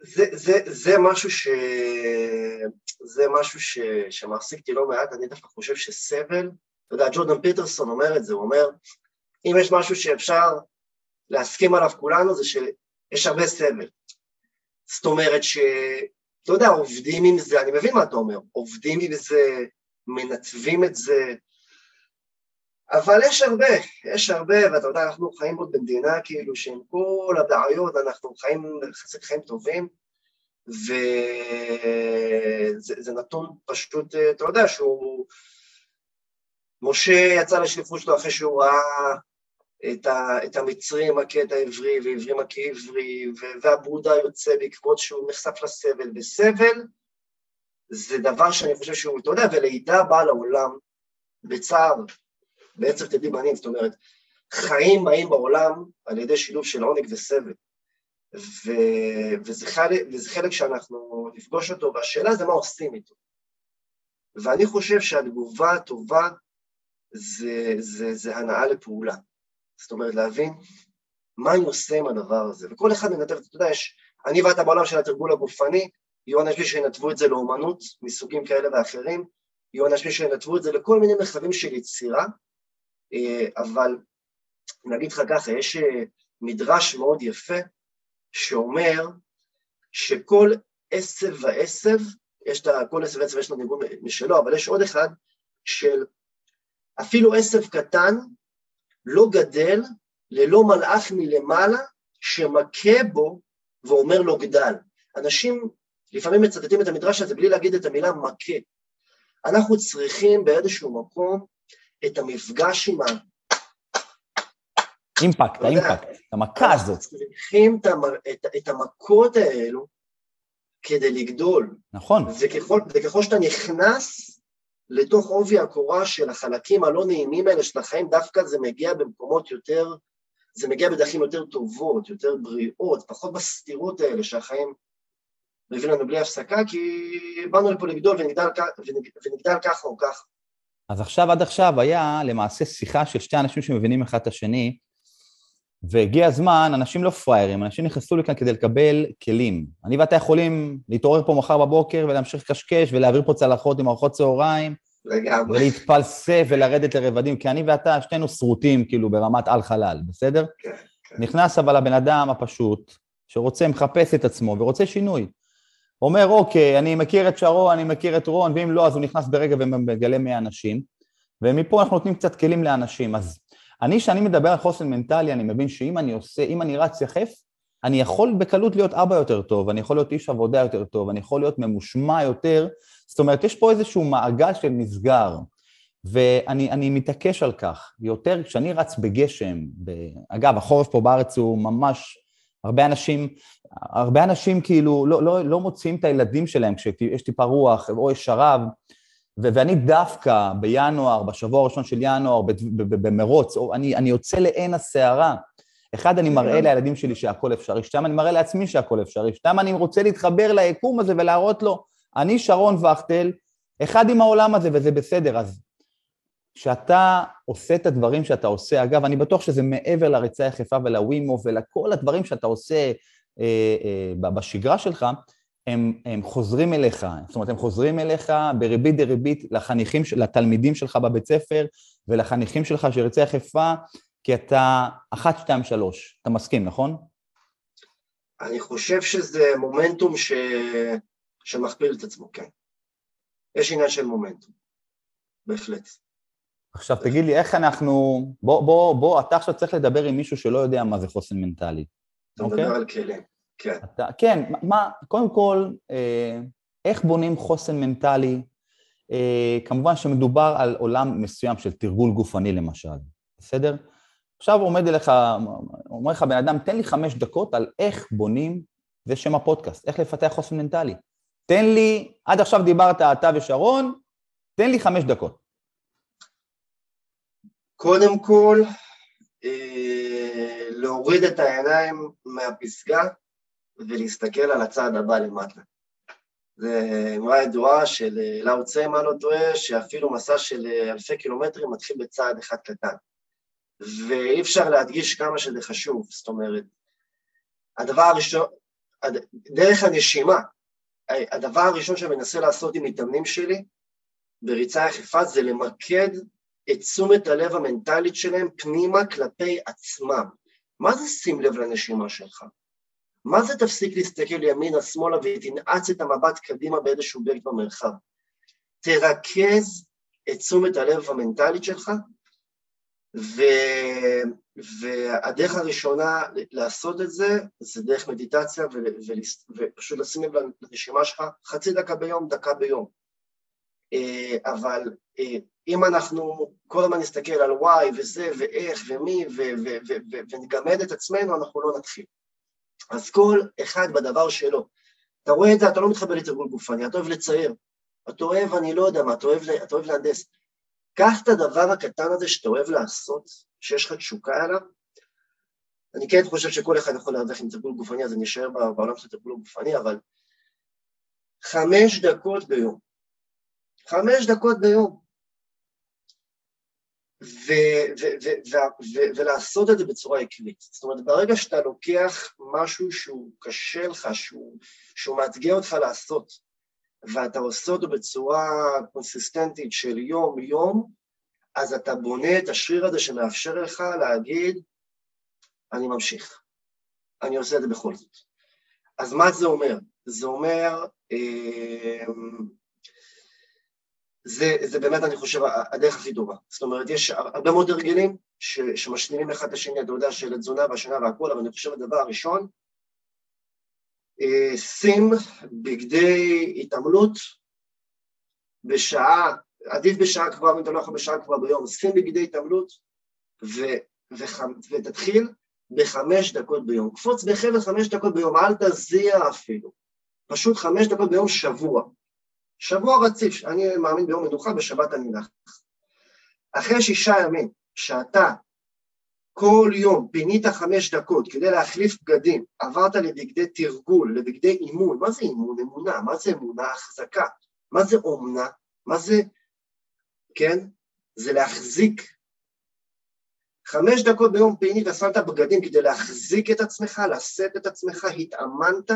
זה משהו שמחזיק אותי לא מעט, אני דווקא חושב שסבל, אתה יודע, ג'ורדן פיטרסון אומר את זה, הוא אומר, אם יש משהו שאפשר להסכים עליו כולנו, זה שיש הרבה סבל. זאת אומרת אתה יודע, עובדים עם זה, אני מבין מה אתה אומר, עובדים עם זה, מנתבים את זה, אבל יש הרבה, ואתה יודע, אנחנו חיים עוד במדינה כאילו שעם כל הבעיות, אנחנו חיים יחסית חיים טובים, וזה נתון פשוט, אתה יודע, משה יצא לשליחות שלו אחרי שהוא ראה את המצרים מכה את העברי, ועברי מכה עברי, והבודה יוצא בעקבות שהוא נחשף לסבל, וסבל זה דבר שאני חושב שהוא, אתה יודע, ולידה באה לעולם בצער, בעצם תדעי בנים, זאת אומרת, חיים באים בעולם על ידי שילוב של עונג וסבל, וזה חלק שאנחנו נפגוש אותו, והשאלה זה מה עושים איתו. ואני חושב שהתגובה הטובה זה הנאה לפעולה. זאת אומרת, להבין מה אני עושה עם הדבר הזה. וכל אחד מנתב, אתה יודע, אני ואתה בעולם של התרגול הגופני, יהיו אנשים שינתבו את זה לאומנות, מסוגים כאלה ואחרים, יהיו אנשים שינתבו את זה לכל מיני מרחבים של יצירה, אבל נגיד לך ככה, יש מדרש מאוד יפה, שאומר שכל עשב ועשב, כל עשב ועשב יש לו ניגון משלו, אבל יש עוד אחד של אפילו עשב קטן לא גדל ללא מלאך מלמעלה שמכה בו ואומר לו גדל. אנשים לפעמים מצטטים את המדרש הזה בלי להגיד את המילה מכה. אנחנו צריכים באיזשהו מקום את המפגש עם אימפקט, המכה הזאת. אנחנו צריכים את המכות האלו כדי לגדול. נכון. וככל שאתה נכנס לתוך עובי הקורה של החלקים הלא נעימים האלה של החיים, דווקא זה מגיע במקומות יותר, זה מגיע בדרכים יותר טובות, יותר בריאות, פחות בסתירות האלה שהחיים מביא לנו בלי הפסקה, כי באנו לפה לגדול ונגדל ככה או ככה. אז עד עכשיו היה למעשה שיחה של שתי אנשים שמבינים אחד את השני, והגיע הזמן, אנשים לא פריירים, אנשים נכנסו לכאן כדי לקבל כלים. אני ואתה יכולים להתעורר פה מחר בבוקר ולהמשיך קשקש ולהעביר פה צלחות עם ארוחות צהריים, ולהתפלסף ולרדת לרבדים, כי אני ואתה שתינו שרוטים כאילו ברמת על חלל, בסדר? כן. נכנס אבל הבן אדם הפשוט, שרוצה, מחפש את עצמו ורוצה שינוי. אומר, אוקיי, אני מכיר את שרון, אני מכיר את רון, ואם לא, אז הוא נכנס ברגע ומגלה 100 אנשים, ומפה אנחנו נותנים קצת כלים לאנשים. אז שאני מדבר על חוסן מנטלי, אני מבין שאם אני רץ יחף, אני יכול בקלות להיות אבא יותר טוב, אני יכול להיות איש עבודה יותר טוב, אני יכול להיות ממושמע יותר, זאת אומרת, יש פה איזשהו מעגל של מסגר, ואני מתעקש על כך, יותר כשאני רץ בגשם, אגב, החורף פה בארץ הוא ממש, הרבה אנשים כאילו לא מוצאים את הילדים שלהם, כשיש טיפה רוח או יש שרב, ואני דווקא בינואר, בשבוע הראשון של ינואר, במרוץ, אני יוצא לעין הסערה. אחד, אני מראה לילדים שלי שהכל אפשרי, שתיים, אני מראה לעצמי שהכל אפשרי, שתיים, אני רוצה להתחבר ליקום הזה ולהראות לו, אני שרון וכטל, אחד עם העולם הזה, וזה בסדר. אז כשאתה עושה את הדברים שאתה עושה, אגב, אני בטוח שזה מעבר לריצה יחפה ולווימו ולכל הדברים שאתה עושה בשגרה שלך, הם חוזרים אליך, זאת אומרת, הם חוזרים אליך בריבית דריבית לתלמידים שלך בבית ספר, ולחניכים שלך שריצה יחפה, כי אתה 1, 2, 3, אתה מסכים, נכון? אני חושב שזה מומנטום שמכפיל את עצמו, כן. יש עניין של מומנטום, בהחלט. עכשיו תגיד לי, איך אנחנו, בוא, אתה עכשיו צריך לדבר עם מישהו שלא יודע מה זה חוסן מנטלי. אתה מדבר על כלים, כן. כן, קודם כל, איך בונים חוסן מנטלי? כמובן שמדובר על עולם מסוים של תרגול גופני למשל, בסדר? עכשיו אומר לך בן אדם, תן לי 5 דקות על איך בונים, זה שם הפודקאסט, איך לפתח חוסן מנטלי. תן לי, עד עכשיו דיברת אתה ושרון, תן לי 5 דקות. קודם כל, להוריד את העיניים מהפסגה ולהסתכל על הצעד הבא למטה. זו אמרה ידועה של לאו צה, מה לא טועה, שאפילו מסע של אלפי קילומטרים מתחיל בצעד אחד קטן. ואי אפשר להדגיש כמה שזה חשוב, זאת אומרת, הדבר הראשון, דרך הנשימה, הדבר הראשון שמנסה לעשות עם מתאמנים שלי, בריצה יחפה, זה למקד את תשומת הלב המנטלית שלהם פנימה כלפי עצמם. מה זה שים לב לנשימה שלך? מה זה תפסיק להסתכל ימינה, שמאלה, ותנעץ את המבט קדימה באיזשהו בית במרחב? תרכז את תשומת הלב המנטלית שלך והדרך הראשונה לעשות את זה, זה דרך מדיטציה, ופשוט לשים לב לנשימה שלך, חצי דקה ביום, דקה ביום. אבל אם אנחנו כל הזמן נסתכל על וואי וזה ואיך ומי ונגמד את עצמנו, אנחנו לא נתחיל. אז כל אחד בדבר שלו. אתה רואה את זה, אתה לא מתחבר לתרגול גופני, אתה אוהב לצייר, אתה אוהב, אני לא יודע מה, אתה אוהב להנדס. קח את הדבר הקטן הזה שאתה אוהב לעשות, שיש לך תשוקה עליו. אני כן חושב שכל אחד יכול להרוויח עם תרגול גופני, אז אני אשאר בעולם של תרגול גופני, אבל 5 דקות ביום. 5 דקות ביום. ולעשות את זה בצורה עקבית. זאת אומרת, ברגע שאתה לוקח משהו שהוא קשה לך, שהוא מאתגר אותך לעשות, ואתה עושה אותו בצורה קונסיסטנטית של יום-יום, אז אתה בונה את השריר הזה שמאפשר לך להגיד, אני ממשיך. אני עושה את זה בכל זאת. אז מה זה אומר? זה אומר, זה באמת, אני חושב, הדרך הכי טובה. זאת אומרת, יש הרבה מאוד הרגלים שמשלימים אחד את השני, אתה יודע, של התזונה והשינה והכל, אבל אני חושב הדבר הראשון, שים בגדי התעמלות בשעה, עדיף בשעה קבועה, אם אתה לא יכול בשעה קבועה ביום, שים בגדי התעמלות ותתחיל ב5 דקות ביום. קפוץ בחבל 5 דקות ביום, אל תזיע אפילו. פשוט 5 דקות ביום שבוע. שבוע רציף, אני מאמין ביום מנוחה, בשבת אני נח. אחרי 6 ימים, שאתה כל יום פינית 5 דקות כדי להחליף בגדים, עברת לבגדי תרגול, לבגדי אימון. מה זה אימון? אמונה. מה זה אמונה? החזקה. מה זה אומנה? מה זה, כן? זה להחזיק. 5 דקות ביום פינית, ושמת בגדים כדי להחזיק את עצמך, לשאת את עצמך, התאמנת,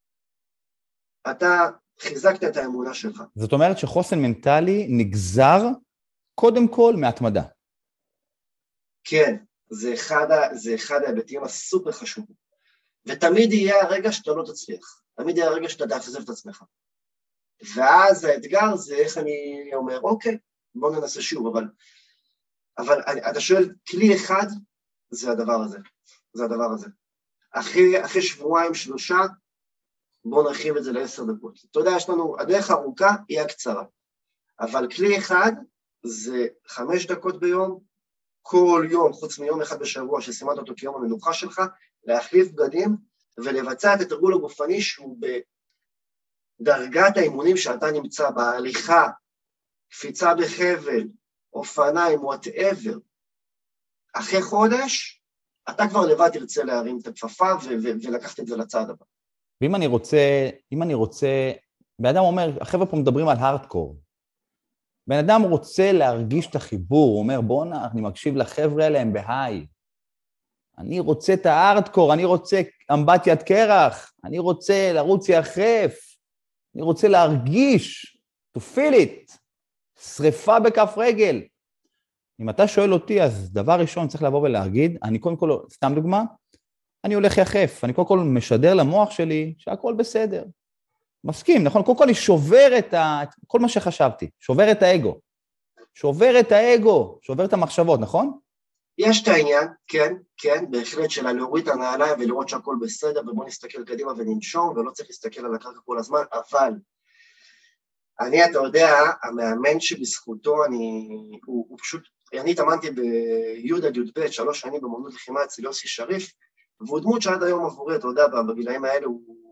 אתה חיזקת את האמונה שלך. זאת אומרת שחוסן מנטלי נגזר קודם כל מהתמדה. כן, זה אחד ההיבטים הסופר חשובים. ותמיד יהיה הרגע שאתה לא תצליח. תמיד יהיה הרגע שאתה תאכזב את עצמך. ואז האתגר זה איך אני אומר, אוקיי, בוא ננסה שוב, אבל אתה שואל, כלי אחד זה הדבר הזה. זה הדבר הזה. אחרי 2-3 בואו נרחיב את זה ל10 דקות. אתה יודע, יש לנו, הדרך הארוכה היא הקצרה, אבל כלי אחד זה 5 דקות ביום, כל יום, חוץ מיום אחד בשבוע שסימנת אותו כיום המנוחה שלך, להחליף בגדים ולבצע את התרגול הגופני שהוא בדרגת האימונים שאתה נמצא, בהליכה, קפיצה בחבל, אופניים, whatever. אחרי חודש, אתה כבר לבד תרצה להרים את הכפפה ולקחת את זה לצד הבא. ואם אני רוצה, בן אדם אומר, החבר'ה פה מדברים על הארדקור. בן אדם רוצה להרגיש את החיבור, הוא אומר, בוא'נה, אני מקשיב לחבר'ה האלה, הם בהיי. אני רוצה את הארדקור, אני רוצה אמבטיית קרח, אני רוצה לרוץ יחף, אני רוצה להרגיש, to feel it, שריפה בכף רגל. אם אתה שואל אותי, אז דבר ראשון צריך לבוא ולהגיד, אני קודם כל, סתם דוגמה, אני הולך יחף, אני קודם כל משדר למוח שלי שהכל בסדר. מסכים, נכון? קודם כל אני שובר את כל מה שחשבתי, שובר את האגו. שובר את האגו, שובר את המחשבות, נכון? יש את העניין, כן, בהחלט שלה להוריד את הנעליים ולראות שהכל בסדר, ובוא נסתכל קדימה וננשום, ולא צריך להסתכל על הקרקע כל הזמן, אבל אתה יודע, המאמן שבזכותו הוא פשוט, אני התאמנתי בי' עד י"ב, 3 שנים במאמנות לחימה אצל יוסי שריף, והוא דמות שעד היום עבורי, אתה יודע, בגילאים האלה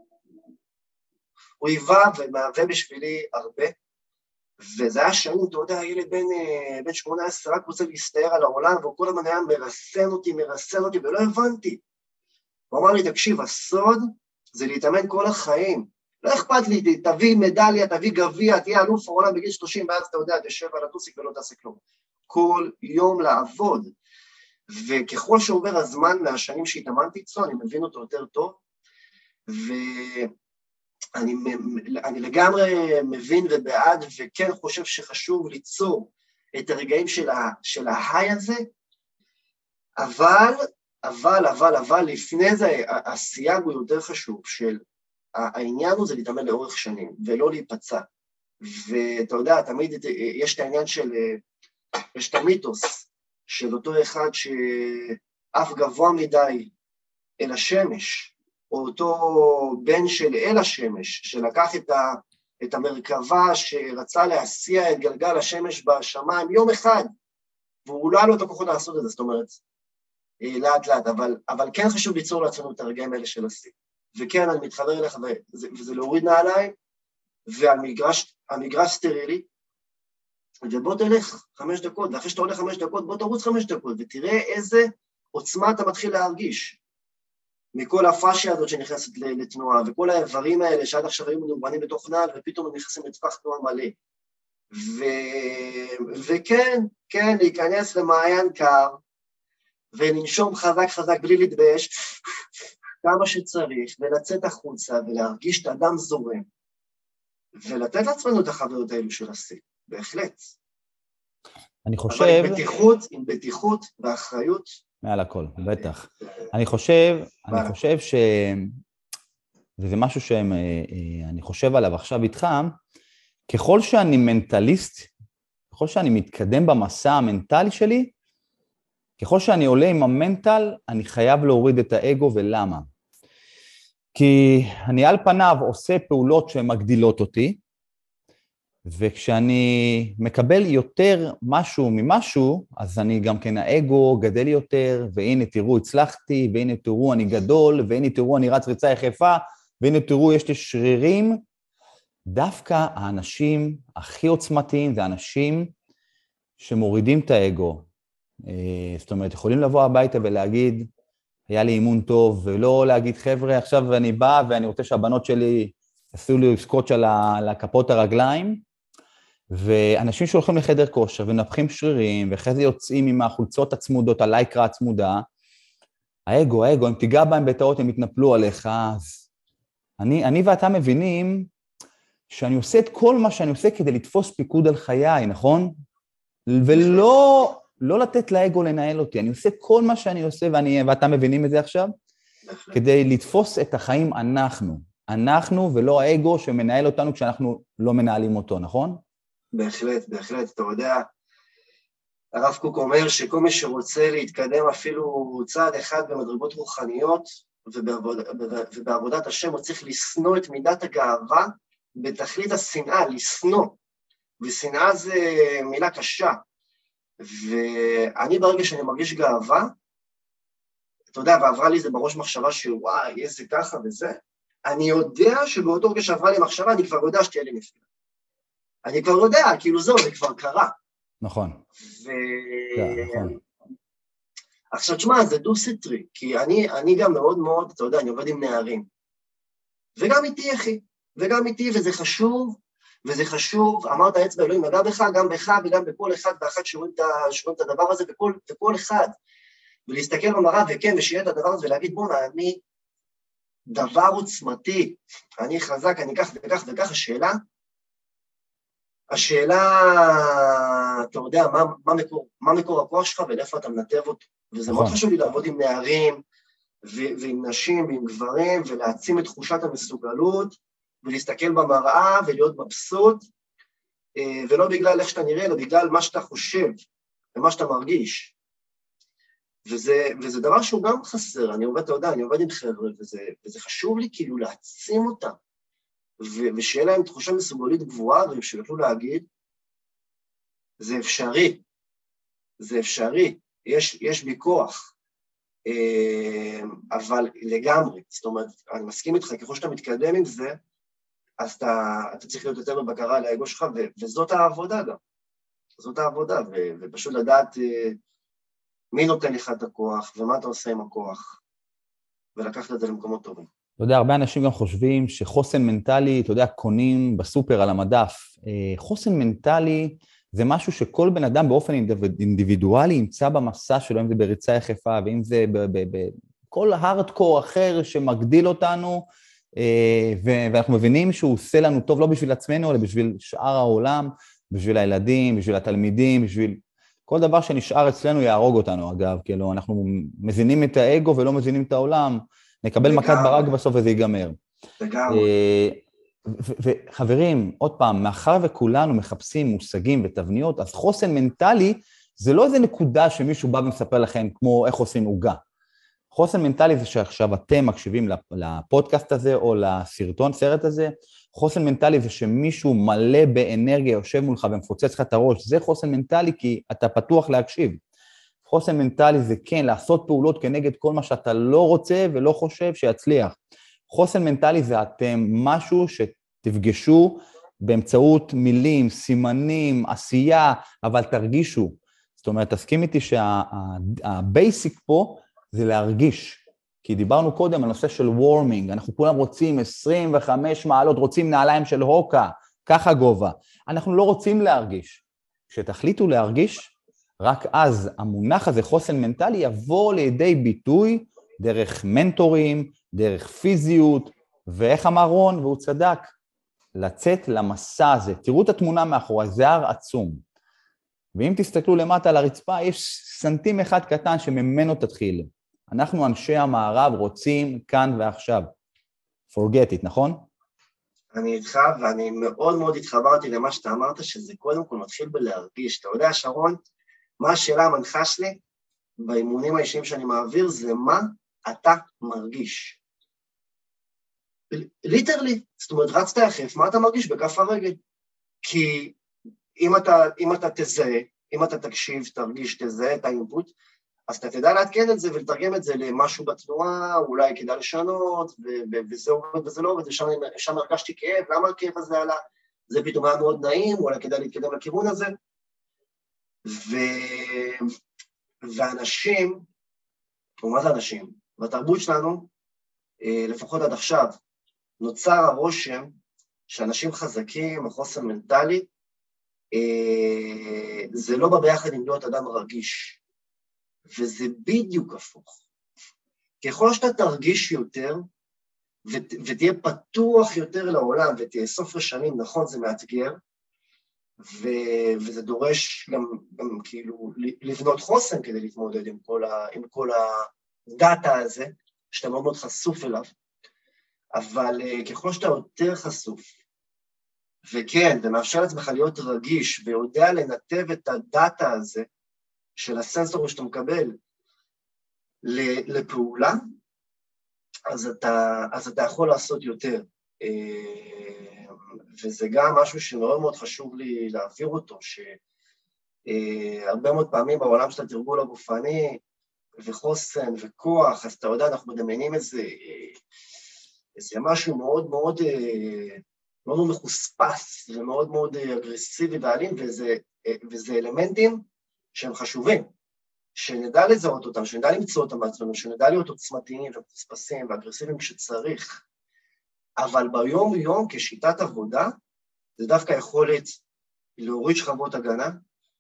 הוא היווה ומהווה בשבילי הרבה, וזה היה שנים, אתה יודע, ילד בן 18 רק רוצה להסתער על העולם, והוא כל הזמן היה מרסן אותי, ולא הבנתי. הוא אמר לי, תקשיב, הסוד זה להתאמן כל החיים. לא אכפת לי, תביא מדליה, תביא גביע, תהיה אלוף העולם בגיל 30, ואז אתה יודע, תשב על הטוסיק ולא תעשה כלום. כל יום לעבוד. וככל שעובר הזמן מהשנים שהתאמנתי אצלו, אני מבין אותו יותר טוב, אני לגמרי מבין ובעד, וכן חושב שחשוב ליצור את הרגעים של ההיי הזה, אבל לפני זה הסייג הוא יותר חשוב, של העניין הוא זה להתאמן לאורך שנים, ולא להיפצע. ואתה יודע, תמיד יש את העניין של, יש את המיתוס, של אותו אחד שאף גבוה מדי אל השמש, או אותו בן של אל השמש, שלקח את המרכבה שרצה להסיע את גלגל השמש בשמיים יום אחד, והוא לא היה לו את הכוחות לעשות את זה, זאת אומרת, לאט לאט, אבל כן חשוב ליצור לעצמנו את הרגעים האלה של השיא. וכן, אני מתחבר אליך, וזה להוריד נעליים, ועל המגרש סטרילי, ובוא תלך 5 דקות, ואחרי שאתה הולך 5 דקות, בוא תרוץ 5 דקות, ותראה איזה עוצמה אתה מתחיל להרגיש, מכל הפאשיה הזאת שנכנסת לתנועה, וכל האיברים האלה שעד עכשיו היו מנובנים בתוך נעל, ופתאום הם נכנסים לטווח תנועה מלא. וכן, כן, להיכנס למעיין קר, ולנשום חזק חזק בלי להתבייש, כמה שצריך, ולצאת החוצה, ולהרגיש את הדם זורם, ולתת לעצמנו את החוויות האלו של השיא, בהחלט. אני חושב... אבל עם בטיחות ואחריות. מעל הכל, בטח. אני חושב וזה משהו שאני חושב עליו עכשיו איתך, ככל שאני מנטליסט, ככל שאני מתקדם במסע המנטלי שלי, ככל שאני עולה עם המנטל, אני חייב להוריד את האגו, ולמה? כי אני על פניו עושה פעולות שהן מגדילות אותי, וכשאני מקבל יותר משהו ממשהו, אז אני גם כן האגו גדל יותר, והנה תראו הצלחתי, והנה תראו אני גדול, והנה תראו אני רץ ריצה יחפה, והנה תראו יש לי שרירים. דווקא האנשים הכי עוצמתיים זה האנשים שמורידים את האגו. זאת אומרת, יכולים לבוא הביתה ולהגיד, היה לי אימון טוב, ולא להגיד, חבר'ה, עכשיו אני בא ואני רוצה שהבנות שלי עשו לי סקוץ' על כפות הרגליים, ואנשים שהולכים לחדר כושר ונפחים שרירים, ואחרי זה יוצאים עם החולצות הצמודות, הלייקרה הצמודה, האגו, אם תיגע בהם בטעות, הם יתנפלו עליך, אז אני ואתה מבינים שאני עושה את כל מה שאני עושה כדי לתפוס פיקוד על חיי, נכון? ולא לתת לאגו לנהל אותי, אני עושה כל מה שאני עושה, ואתה מבינים את זה עכשיו, כדי לתפוס את החיים אנחנו ולא האגו שמנהל אותנו כשאנחנו לא מנהלים אותו, נכון? בהחלט, אתה יודע, הרב קוק אומר שכל מי שרוצה להתקדם אפילו צעד אחד במדרגות רוחניות, ובעבודת השם הוא צריך לשנוא את מידת הגאווה, בתכלית השנאה, לשנוא, ושנאה זה מילה קשה, ואני ברגע שאני מרגיש גאווה, אתה יודע, ועברה לי זה בראש מחשבה שוואי, איזה ככה וזה, אני יודע שבאותו רגע שעברה לי מחשבה, אני כבר יודע שתהיה לי נפילה. אני כבר יודע, כאילו זהו, זה כבר קרה. נכון. נכון. עכשיו, תשמע, זה דו-סטרי, כי אני גם מאוד מאוד, אתה יודע, אני עובד עם נערים. וגם איתי, אחי, וזה חשוב, אמרת אצבע אלוהים נגע בך, גם בך וגם בכל אחד ואחת שרואים את הדבר הזה, וכל אחד, ולהסתכל במראה וכן, ושיהיה את הדבר הזה, ולהגיד, בוא, אני דבר עוצמתי, אני חזק, אני כך וכך וכך, השאלה, אתה יודע, מה מקור הכוח שלך ולאיפה אתה מנתב אותו, וזה מאוד חשוב לי לעבוד עם נערים, ועם נשים, ועם גברים, ולהעצים את תחושת המסוגלות, ולהסתכל במראה, ולהיות מבסוט, ולא בגלל איך שאתה נראה, אלא בגלל מה שאתה חושב, ומה שאתה מרגיש. וזה דבר שהוא גם חסר, אני עובד עם חבר'ה, וזה חשוב לי כאילו להעצים אותם, ושיהיה להם תחושה מסוגלית גבוהה, והם שיוכלו להגיד, זה אפשרי, יש בי כוח, אבל לגמרי, זאת אומרת, אני מסכים איתך, ככל שאתה מתקדם עם זה, אז אתה צריך להיות יותר בבקרה על האגו שלך, וזאת העבודה גם, ופשוט לדעת מי נותן לך את הכוח, ומה אתה עושה עם הכוח, ולקחת את זה למקומות טובים. אתה יודע, הרבה אנשים גם חושבים שחוסן מנטלי, אתה יודע, קונים בסופר על המדף. חוסן מנטלי זה משהו שכל בן אדם באופן אינדיבידואלי ימצא במסע שלו, אם זה בריצה יחפה, ואם זה בכל הארדקור אחר שמגדיל אותנו, ואנחנו מבינים שהוא עושה לנו טוב לא בשביל עצמנו, אלא בשביל שאר העולם, בשביל הילדים, בשביל התלמידים, בשביל כל דבר שנשאר אצלנו יהרוג אותנו, אגב, כאילו אנחנו מזינים את האגו ולא מזינים את העולם, נקבל מכת ברק בסוף וזה ייגמר. וחברים, עוד פעם, מאחר וכולנו מחפשים מושגים ותבניות, אז חוסן מנטלי זה לא איזה נקודה שמישהו בא ומספר לכם כמו איך עושים עוגה. חוסן מנטלי זה שעכשיו אתם מקשיבים לפודקאסט הזה או לסרטון, סרט הזה, חוסן מנטלי זה שמישהו מלא באנרגיה יושב מולך ומפוצץ לך את הראש, זה חוסן מנטלי כי אתה פתוח להקשיב. חוסן מנטלי זה כן, לעשות פעולות כנגד כל מה שאתה לא רוצה ולא חושב שיצליח. חוסן מנטלי זה אתם משהו שתפגשו באמצעות מילים, סימנים, עשייה, אבל תרגישו. זאת אומרת, תסכים איתי שהבייסיק פה זה להרגיש. כי דיברנו קודם על נושא של וורמינג, אנחנו כולם רוצים 25 מעלות, רוצים נעליים של הוקה, ככה גובה. אנחנו לא רוצים להרגיש. כשתחליטו להרגיש, רק אז המונח הזה, חוסן מנטלי, יבוא לידי ביטוי דרך מנטורים, דרך פיזיות, ואיך אמר רון, והוא צדק, לצאת למסע הזה. תראו את התמונה מאחורי, זה הר עצום. ואם תסתכלו למטה על הרצפה, יש סנטים אחד קטן שממנו תתחיל. אנחנו אנשי המערב רוצים כאן ועכשיו. forget it, נכון? אני איתך, ואני מאוד מאוד התחברתי למה שאתה אמרת, שזה קודם כל מתחיל בלהרגיש. אתה יודע, שרון, מה השאלה המנחה שלי באימונים האישיים שאני מעביר, זה מה אתה מרגיש. ליטרלי, זאת אומרת, רצת יחף, מה אתה מרגיש בכף הרגל? כי אם אתה תזהה, אם אתה תקשיב, תרגיש, תזהה את האינפוט, אז אתה תדע להתקן את זה ולתרגם את זה למשהו בתנועה, אולי כדאי לשנות, וזה עובד וזה לא עובד, ושם הרגשתי כאב, למה הכאב הזה עלה? זה פתאום היה מאוד נעים, אולי כדאי להתקדם לכיוון הזה. ואנשים, ומה זה אנשים? בתרבות שלנו, לפחות עד עכשיו, נוצר הרושם שאנשים חזקים, החוסן מנטלי, זה לא בא ביחד עם להיות אדם רגיש. וזה בדיוק הפוך. ככל שאתה תרגיש יותר, ותהיה פתוח יותר לעולם, ותאסוף רשמים, נכון, זה מאתגר, וזה דורש גם כאילו לבנות חוסן כדי להתמודד עם כל הדאטה הזה, שאתה מאוד מאוד חשוף אליו, אבל ככל שאתה יותר חשוף, וכן, ומאפשר לעצמך להיות רגיש, ויודע לנתב את הדאטה הזה, של הסנסור שאתה מקבל לפעולה, אז אתה יכול לעשות יותר. וזה גם משהו שמאוד מאוד חשוב לי להעביר אותו, שהרבה מאוד פעמים בעולם של התרגול הגופני, וחוסן וכוח, אז אתה יודע, אנחנו מדמיינים איזה משהו מאוד מאוד, מאוד מאוד מחוספס, ומאוד מאוד אגרסיבי ואלים, וזה אלמנטים שהם חשובים, שנדע לזהות אותם, שנדע למצוא אותם בעצמנו, שנדע להיות עוצמתיים ומחוספסים ואגרסיביים כשצריך, אבל ביום יום כשיטת עבודה, זה דווקא יכולת להוריד שכבות הגנה,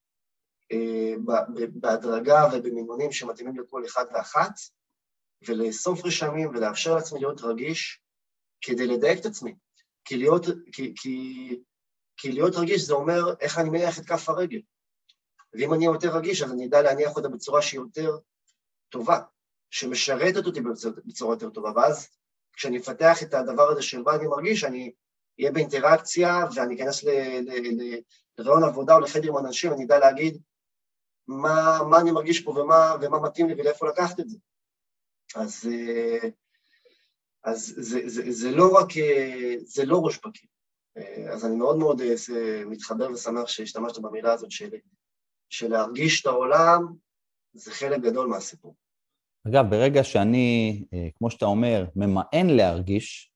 בהדרגה ובמינונים שמתאימים לכל אחד ואחת, ולאסוף רשמים ולאפשר לעצמי להיות רגיש, כדי לדייק את עצמי. כי להיות רגיש זה אומר איך אני מניח את כף הרגל. ואם אני יותר רגיש, אז אני אדע להניח אותה בצורה שהיא יותר טובה, שמשרתת אותי בצורה יותר טובה, ואז כשאני אפתח את הדבר הזה של מה אני מרגיש, אני אהיה באינטראקציה, ואני אכנס לרעיון עבודה או לחדר עם אנשים, אני אדע להגיד מה אני מרגיש פה ומה מתאים לי ולאיפה לקחת את זה. אז זה לא ראש בקיר. אז אני מאוד מאוד מתחבר ושמח שהשתמשת במילה הזאת של להרגיש את העולם, זה חלק גדול מהסיפור. אגב, ברגע שאני, כמו שאתה אומר, ממאן להרגיש,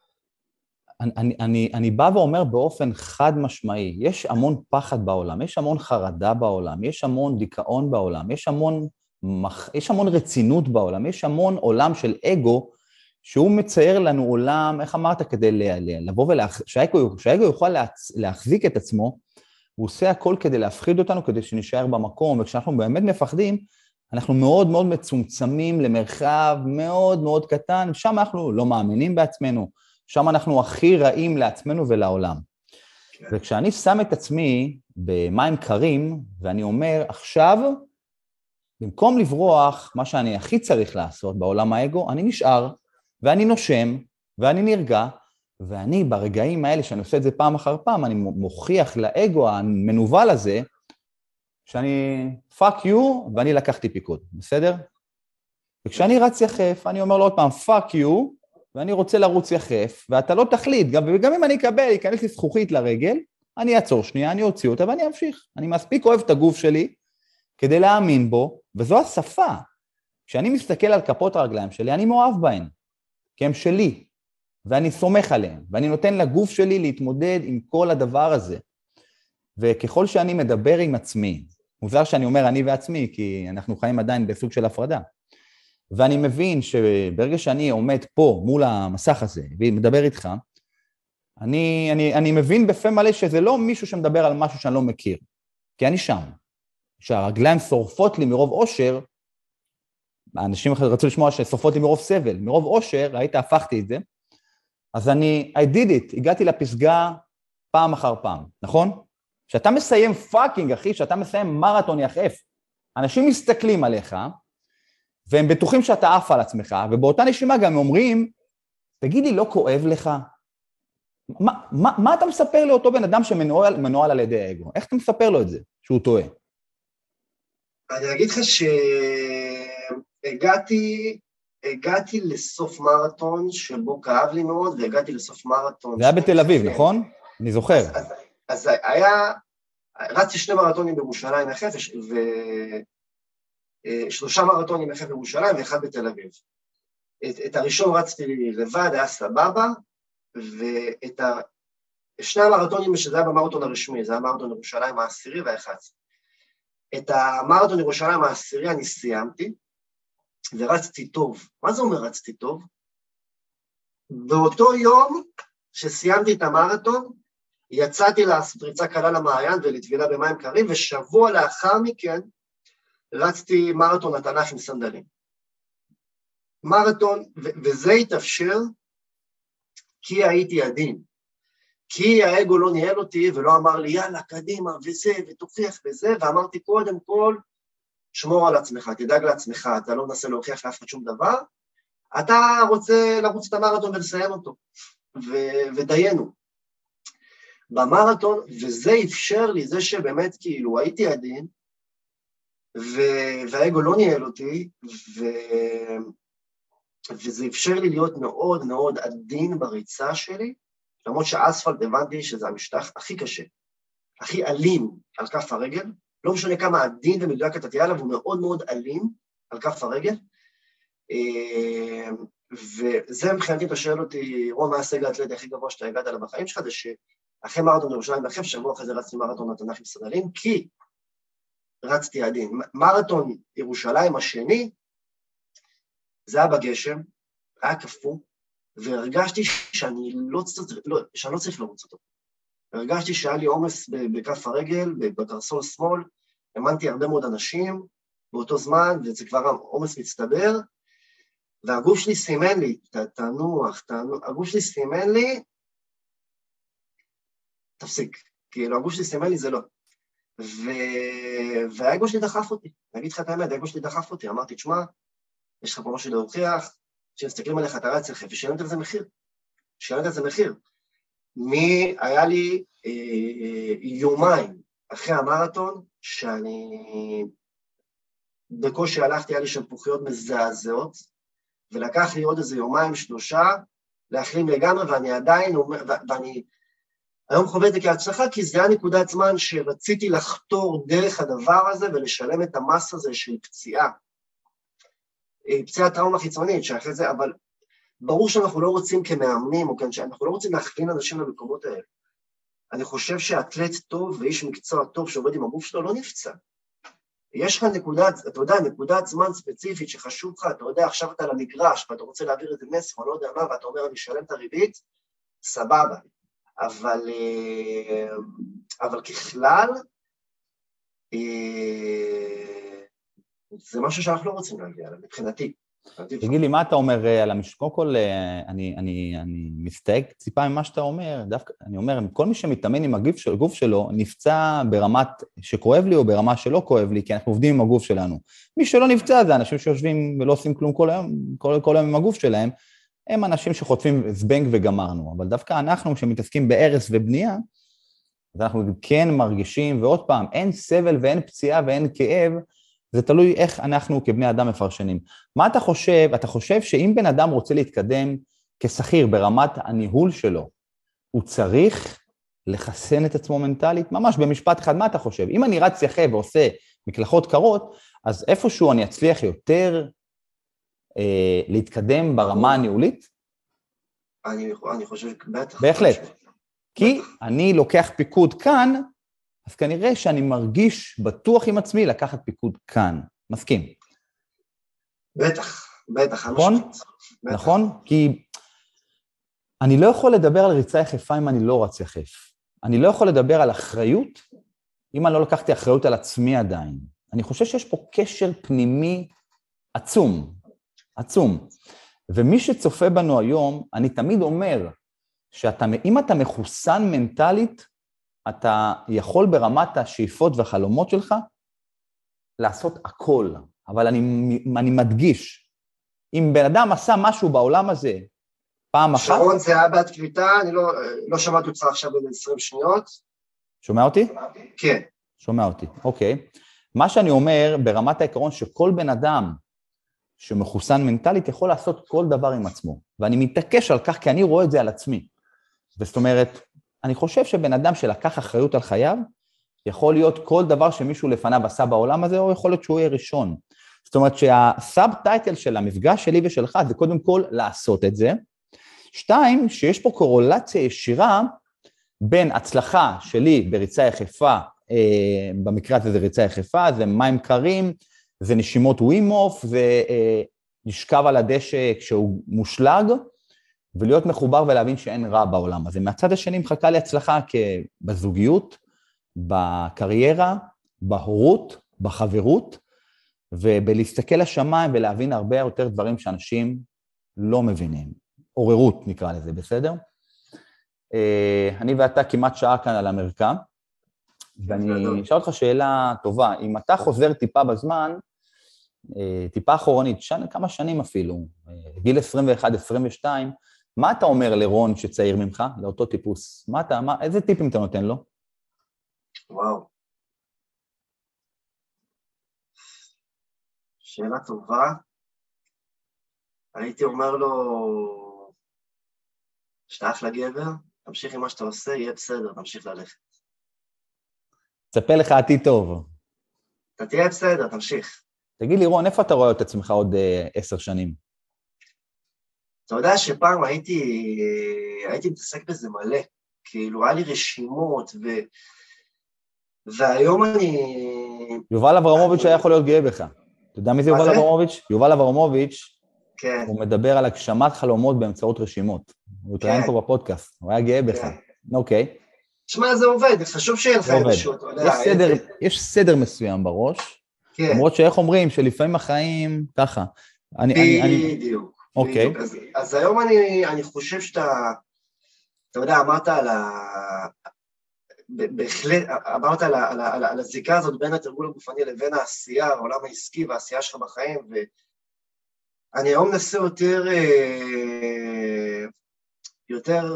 אני בא ואומר באופן חד משמעי, יש המון פחד בעולם, יש המון חרדה בעולם, יש המון דיכאון בעולם, יש המון רצינות בעולם, יש המון עולם של אגו, שהוא מצייר לנו עולם, איך אמרת, כדי לבוא שהאגו יוכל להחזיק את עצמו, הוא עושה הכל כדי להפחיד אותנו, כדי שנשאר במקום, וכשאנחנו באמת מפחדים, אנחנו מאוד מאוד מצומצמים למרחב מאוד מאוד קטן, שם אנחנו לא מאמינים בעצמנו, שם אנחנו הכי רעים לעצמנו ולעולם. וכשאני שם את עצמי במים קרים, ואני אומר, עכשיו, במקום לברוח, מה שאני הכי צריך לעשות בעולם האגו, אני נשאר, ואני נושם, ואני נרגע, ואני ברגעים האלה, שאני עושה את זה פעם אחר פעם, אני מוכיח לאגו המנובל הזה, שאני fuck you, ואני לקחתי פיקוד, בסדר? וכשאני רץ יחף, אני אומר לו עוד פעם, fuck you, ואני רוצה לרוץ יחף, ואתה לא תחליט, וגם אם אני אכנס לי זכוכית לרגל, אני אעצור שנייה, אני אוציא אותה ואני אמשיך. אני מספיק אוהב את הגוף שלי, כדי להאמין בו, וזו השפה. כשאני מסתכל על כפות הרגליים שלי, אני מאוהב בהן, כי הם שלי, ואני סומך עליהם, ואני נותן לגוף שלי להתמודד עם כל הדבר הזה. וככל שאני מדבר עם עצמי, מוזר שאני אומר אני ועצמי, כי אנחנו חיים עדיין בסוג של הפרדה, ואני מבין שברגע שאני עומד פה מול המסך הזה, ומדבר איתך, אני מבין בפה מלא שזה לא מישהו שמדבר על משהו שאני לא מכיר, כי אני שם. שהרגליים שורפות לי מרוב אושר, האנשים רצו לשמוע ששורפות לי מרוב סבל, מרוב אושר, ראית, הפכתי את זה, אז I did it, הגעתי לפסגה פעם אחר פעם, נכון? כשאתה מסיים פאקינג, אחי, כשאתה מסיים מרתון יחף, אנשים מסתכלים עליך, והם בטוחים שאתה עף על עצמך, ובאותה נשימה גם אומרים, תגיד לי, לא כואב לך? מה אתה מספר לאותו בן אדם שמנוהל על ידי האגו? איך אתה מספר לו את זה, שהוא טועה? אני אגיד לך שהגעתי לסוף מרתון שבו כאב לי מאוד, והגעתי לסוף מרתון... זה היה בתל אביב, נכון? אני זוכר. אז רצתי 2 מרתונים בירושלים יחף, ו3 מרתונים יחף בירושלים, ו1 בתל אביב. את הראשון רצתי לבד, היה סבבה, ואת 2 המרתונים שזה היה במרתון הרשמי, זה היה מרתון ירושלים העשירי וה-11. את המרתון ירושלים העשירי אני סיימתי, ורצתי טוב. מה זה אומר רצתי טוב? באותו יום שסיימתי את המרתון, יצאתי לעשות ריצה קלה למעיין ולטבילה במים קרים, ושבוע לאחר מכן רצתי מרתון התנ"ך עם סנדלים. מרתון, וזה התאפשר כי הייתי עדין. כי האגו לא ניהל אותי ולא אמר לי, יאללה, קדימה, וזה, ותוכיח וזה, ואמרתי קודם כל, שמור על עצמך, תדאג לעצמך, אתה לא מנסה להוכיח לאף אחד שום דבר, אתה רוצה לרוץ את המרתון ולסיים אותו, ודיינו. במרתון, וזה אפשר לי, זה שבאמת כאילו הייתי עדין, והאגו לא ניהל אותי, וזה אפשר לי להיות מאוד מאוד עדין בריצה שלי, למרות שהאספלט הבנתי שזה המשטח הכי קשה, הכי אלים על כף הרגל, לא משנה כמה עדין ומדויק אתה תהיה עליו, הוא מאוד מאוד אלים על כף הרגל, וזה מבחינתי, אתה שואל אותי, רון, מה ההישג האתלטי הכי גבוה שאתה הגעת עליו בחיים שלך, זה שאחרי מרתון ירושלים יחף, שבוע אחרי זה רצתי מרתון התנ"ך עם סנדלים, כי רצתי עדין. מרתון ירושלים השני, זה היה בגשם, היה קפוא, והרגשתי שאני לא צריך לרוץ אותו. הרגשתי שהיה לי עומס בכף הרגל, בקרסול שמאל, האמנתי הרבה מאוד אנשים באותו זמן, וזה כבר עומס מצטבר, והגוף שלי סימן לי, תנוח, הגוף שלי סימן לי, תפסיק, כאילו הגוף שלי סימן לי זה לא. והאגו שלי דחף אותי, אני אגיד לך את האמת, האגו שלי דחף אותי, אמרתי, תשמע, יש לך פה משהו להוכיח, כשמסתכלים עליך אתה רץ יחף, ושילמת על זה מחיר, שילמת על זה מחיר. היה לי יומיים אחרי המרתון, שאני בקושי הלכתי, היה לי שלפוחיות מזעזעות, ולקח לי עוד איזה יומיים 3, להחלים לגמרי, ואני עדיין, ואני היום חווה את זה כהצלחה, כי זה היה נקודת זמן שרציתי לחתור דרך הדבר הזה, ולשלם את המס הזה של פציעה. פציעה טראומה חיצונית, שאחרי זה, אבל ברור שאנחנו לא רוצים כמאמנים, או שאנחנו לא רוצים להכווין אנשים למקומות האלה. אני חושב שאתלט טוב ואיש מקצוע טוב שעובד עם הגוף שלו לא נפצע. יש לך נקודת זמן ספציפית שחשוב לך, אתה יודע, עכשיו אתה למגרש, ואתה רוצה להעביר את זה מסר, או לא יודע מה, ואתה אומר, אני אשלם את הריבית, סבבה. אבל ככלל, זה משהו שאנחנו לא רוצים להגיע, מבחינתי. תגיד לי, מה אתה אומר על המשקל? קודם כל, אני מסתייג ציפה ממה שאתה אומר, דווקא, אני אומר, כל מי שמתאמן עם הגוף שלו, נפצע ברמת שכואב לי או ברמה שלא כואב לי, כי אנחנו עובדים עם הגוף שלנו. מי שלא נפצע זה אנשים שיושבים ולא עושים כלום כל היום עם הגוף שלהם, הם אנשים שחוטפים זבנג וגמרנו, אבל דווקא אנחנו שמתעסקים בארץ ובנייה, אז אנחנו כן מרגישים, ועוד פעם, אין סבל ואין פציעה ואין כאב, זה תלוי איך אנחנו כבני אדם מפרשנים. מה אתה חושב? אתה חושב שאם בן אדם רוצה להתקדם כשכיר ברמת הניהול שלו, הוא צריך לחסן את עצמו מנטלית? ממש במשפט אחד, מה אתה חושב? אם אני רץ יחף ועושה מקלחות קרות, אז איפשהו אני אצליח יותר להתקדם ברמה הניהולית? אני חושב, בטח. בהחלט. כי אני לוקח פיקוד כאן, אז כנראה שאני מרגיש בטוח עם עצמי לקחת פיקוד כאן. מסכים. בטח. נכון? נכון? כי אני לא יכול לדבר על ריצה יחפה אם אני לא רץ יחף. אני לא יכול לדבר על אחריות אם אני לא לקחתי אחריות על עצמי עדיין. אני חושב שיש פה קשר פנימי עצום. עצום. ומי שצופה בנו היום, אני תמיד אומר, שאם אתה מחוסן מנטלית, אתה יכול ברמת השאיפות והחלומות שלך לעשות הכל. אבל אני מדגיש, אם בן אדם עשה משהו בעולם הזה, פעם אחת... שרון, זה היה בעד קליטה, אני לא שמעתי אותך עכשיו ב-20 שניות. שומע אותי? כן. שומע אותי, אוקיי. מה שאני אומר, ברמת העיקרון שכל בן אדם שמחוסן מנטלית יכול לעשות כל דבר עם עצמו. ואני מתעקש על כך כי אני רואה את זה על עצמי. זאת אומרת, אני חושב שבן אדם שלקח אחריות על חייו, יכול להיות כל דבר שמישהו לפניו עשה בעולם הזה, או יכול להיות שהוא יהיה ראשון. זאת אומרת שהסאב טייטל של המפגש שלי ושלך, זה קודם כל לעשות את זה. 2, שיש פה קורולציה ישירה, בין הצלחה שלי בריצה יחפה, במקרה הזה זה ריצה יחפה, זה מים קרים, זה נשימות ווימוף, זה לשכב על הדשא כשהוא מושלג, ולהיות מחובר ולהבין שאין רע בעולם הזה. מהצד השני מחכה לי הצלחה בזוגיות, בקריירה, בהורות, בחברות, ובלהסתכל לשמיים ולהבין הרבה יותר דברים שאנשים לא מבינים. עוררות נקרא לזה, בסדר? אני ואתה כמעט שעה כאן על המרקע, ואני אשאל אותך שאלה טובה. אם אתה חוזר טיפה בזמן, טיפה אחורנית, כמה שנים אפילו, גיל 21-22, מה אתה אומר לרון שצעיר ממך, לאותו טיפוס? איזה טיפים אתה נותן לו? וואו. שאלה טובה. הייתי אומר לו, שאתה אחלה גבר, תמשיך עם מה שאתה עושה, יהיה בסדר, תמשיך ללכת. תספר לך עתיד טוב. אתה תהיה בסדר, תמשיך. תגיד לי, רון, איפה אתה רואה את עצמך עוד 10 שנים? אתה יודע שפעם הייתי מתעסק בזה מלא, כאילו, היה לי רשימות, והיום אני... יובל אברמוביץ' היה יכול להיות גאה בך. אתה יודע מי זה יובל אברמוביץ'? יובל אברמוביץ', כן. הוא מדבר על הגשמת חלומות באמצעות רשימות. הוא התראיין פה בפודקאסט, הוא היה גאה בך. אוקיי. תשמע, זה עובד, חשוב שיהיה לך איזשהו, אתה יודע. יש סדר מסוים בראש, למרות שאיך אומרים שלפעמים החיים ככה. בדיוק. אוקיי. אז היום אני חושב שאתה יודע, אמרת בהחלט, אמרת על הזיקה הזאת בין התרגול הגופני לבין העשייה, העולם העסקי והעשייה שלך בחיים, ואני היום מנסה יותר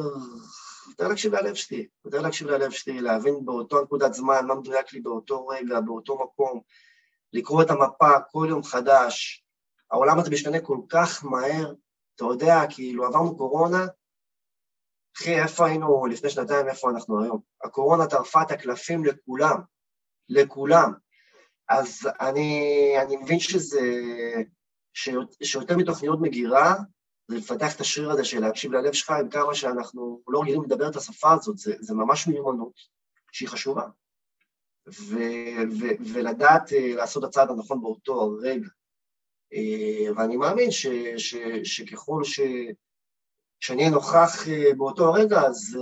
להקשיב ללב שלי, להבין באותו נקודת זמן, מה מדויק לי באותו רגע, באותו מקום, לקרוא את המפה כל יום חדש. העולם הזה משתנה כל כך מהר, אתה יודע, כאילו עברנו קורונה, אחי, איפה היינו לפני שנתיים, איפה אנחנו היום? הקורונה טרפה את הקלפים לכולם. אז אני מבין שיותר מתוכניות מגירה, זה לפתח את השריר הזה של להקשיב ללב שלך, עם כמה שאנחנו לא רגילים לדבר את השפה הזאת, זה ממש מיומנות שהיא חשובה. ולדעת לעשות הצעד הנכון באותו הרגע. ואני מאמין שככל שאני אהיה נוכח באותו הרגע, אז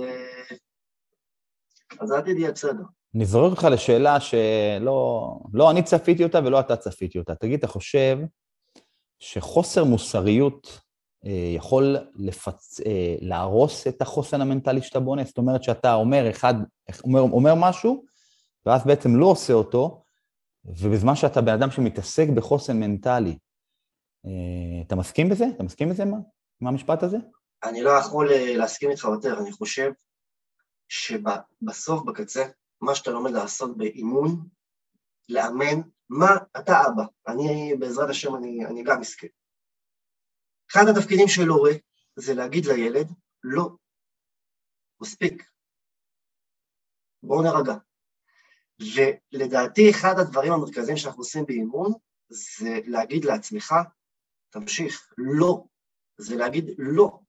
העתיד יהיה בסדר. אני זורק אותך לשאלה שלא אני צפיתי אותה ולא אתה צפיתי אותה. תגיד, אתה חושב שחוסר מוסריות יכול להרוס את החוסן המנטלי שאתה בונה? זאת אומרת שאתה אומר משהו, ואז בעצם לא עושה אותו, ובזמן שאתה בן אדם שמתעסק בחוסן מנטלי, אתה מסכים בזה? אתה מסכים בזה מה המשפט הזה? אני לא יכול להסכים איתך יותר, אני חושב שבסוף, בקצה, מה שאתה לומד לעשות באימון, לאמן, מה אתה אבא, אני בעזרת השם, אני גם מסכים. אחד התפקידים של הורה, זה להגיד לילד, לא, מספיק, בואו נרגע. ולדעתי, אחד הדברים המרכזיים שאנחנו עושים באימון, זה להגיד לעצמך, תמשיך, לא, זה להגיד לא,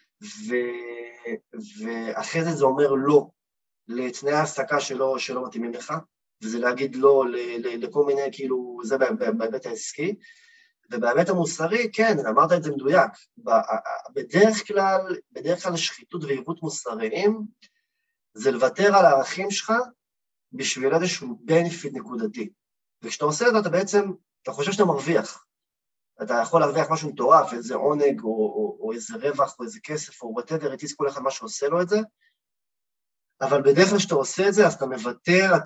ואחרי זה אומר לא, לתנאי ההעסקה שלא מתאימים לך, וזה להגיד לא לכל מיני, כאילו, זה בהיבט העסקי, ובהיבט המוסרי, כן, אמרת את זה מדויק, בדרך כלל שחיתות ועיוות מוסריים, זה לוותר על הערכים שלך, בשביל איזשהו בנפיט נקודתי, וכשאתה עושה את זה, אתה חושב שאתה מרוויח, אתה יכול להרוויח משהו מטורף, איזה עונג, או איזה רווח, או איזה כסף, או whatever, איטיס כל אחד מה שעושה לו את זה, אבל בדרך כלל שאתה עושה את זה, אז אתה מוותר,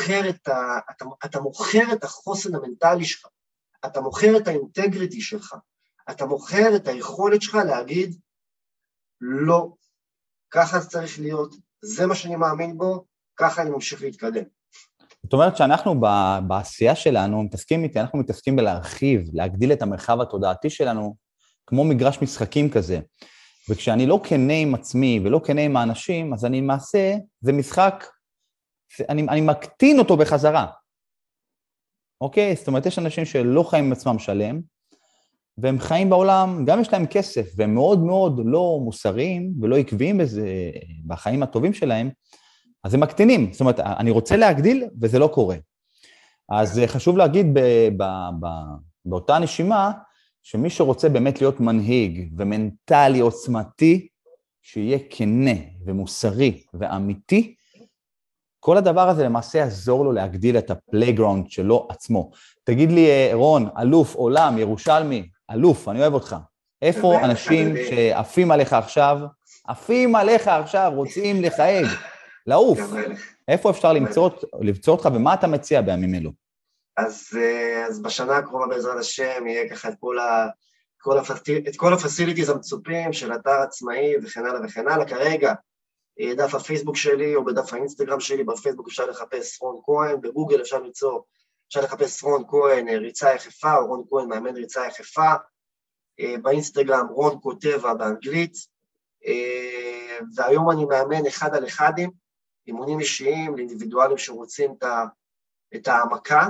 אתה מוכר את החוסן המנטלי שלך, אתה מוכר את האינטגריטי שלך, אתה מוכר את היכולת שלך להגיד, לא, ככה זה צריך להיות, זה מה שאני מאמין בו, ככה אני ממשיך להתקדם. זאת אומרת שאנחנו בעשייה שלנו, אנחנו מתעסקים בלהרחיב, להגדיל את המרחב התודעתי שלנו, כמו מגרש משחקים כזה. וכשאני לא כנה עם עצמי ולא כנה עם האנשים, אז אני מעשה, זה משחק, אני מקטין אותו בחזרה. אוקיי? זאת אומרת, יש אנשים שלא חיים עם עצמם שלם, והם חיים בעולם, גם יש להם כסף, והם מאוד מאוד לא מוסריים ולא עקביים בזה, בחיים הטובים שלהם, אז הם מקטינים. זאת אומרת, אני רוצה להגדיל וזה לא קורה. אז חשוב להגיד באותה נשימה, שמי שרוצה באמת להיות מנהיג ומנטלי עוצמתי, שיהיה כנה ומוסרי ואמיתי, כל הדבר הזה למעשה יעזור לו להגדיל את הפלייגראונד שלו עצמו. תגיד לי, רון, אלוף, עולם, ירושלמי, אלוף, אני אוהב אותך. איפה אנשים שעפים עליך עכשיו, רוצים לחייג, לעוף? איפה אפשר למצוא אותך ומה אתה מציע בימים אלו? אז בשנה הקרובה בעזרת השם יהיה ככה את כל הפסיליטיז המצופים של אתר עצמאי וכן הלאה וכן הלאה. כרגע דף הפייסבוק שלי או בדף האינסטגרם שלי, בפייסבוק אפשר לחפש רון כהן, בגוגל אפשר לחפש רון כהן ריצה יחפה או רון כהן מאמן ריצה יחפה, באינסטגרם רון כותבה באנגלית, והיום אני מאמן 1-על-1, אימונים אישיים לאינדיבידואלים שרוצים את העמקה,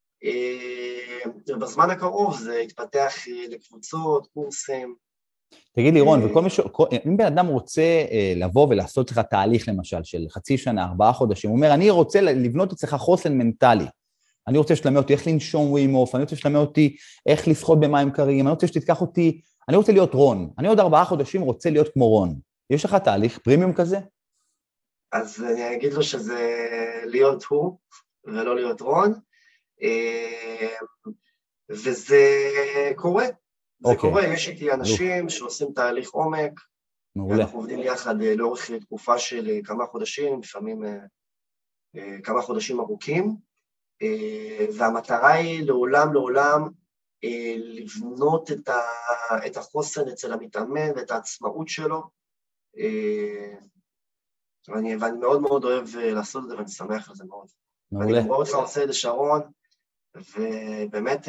ובזמן הקרוב זה יתפתח לקבוצות, קורסים. תגיד לי רון, אם בן אדם רוצה לבוא ולעשות לך תהליך למשל של חצי שנה, 4 חודשים, הוא אומר, אני רוצה לבנות אצלך חוסן מנטלי, אני רוצה שתלמד אותי איך לנשום ווים אוף, אני רוצה שתלמד אותי איך לשחות במים קרים, אני רוצה שתתקח אותי, אני רוצה להיות רון, אני עוד 4 חודשים רוצה להיות כמו רון. יש לך תהליך פרימיום כזה? אז אני אגיד לו שזה להיות הוא ולא להיות רון, וזה קורה. זה קורה, יש איתי אנשים שעושים תהליך עומק, אנחנו עובדים יחד לאורך תקופה של כמה חודשים, לפעמים כמה חודשים ארוכים, והמטרה היא לעולם לבנות את החוסן אצל המתאמן ואת העצמאות שלו, ואני מאוד מאוד אוהב לעשות את זה ואני שמח לזה מאוד. אני גם רואה אותך עושה את זה שרון, ובאמת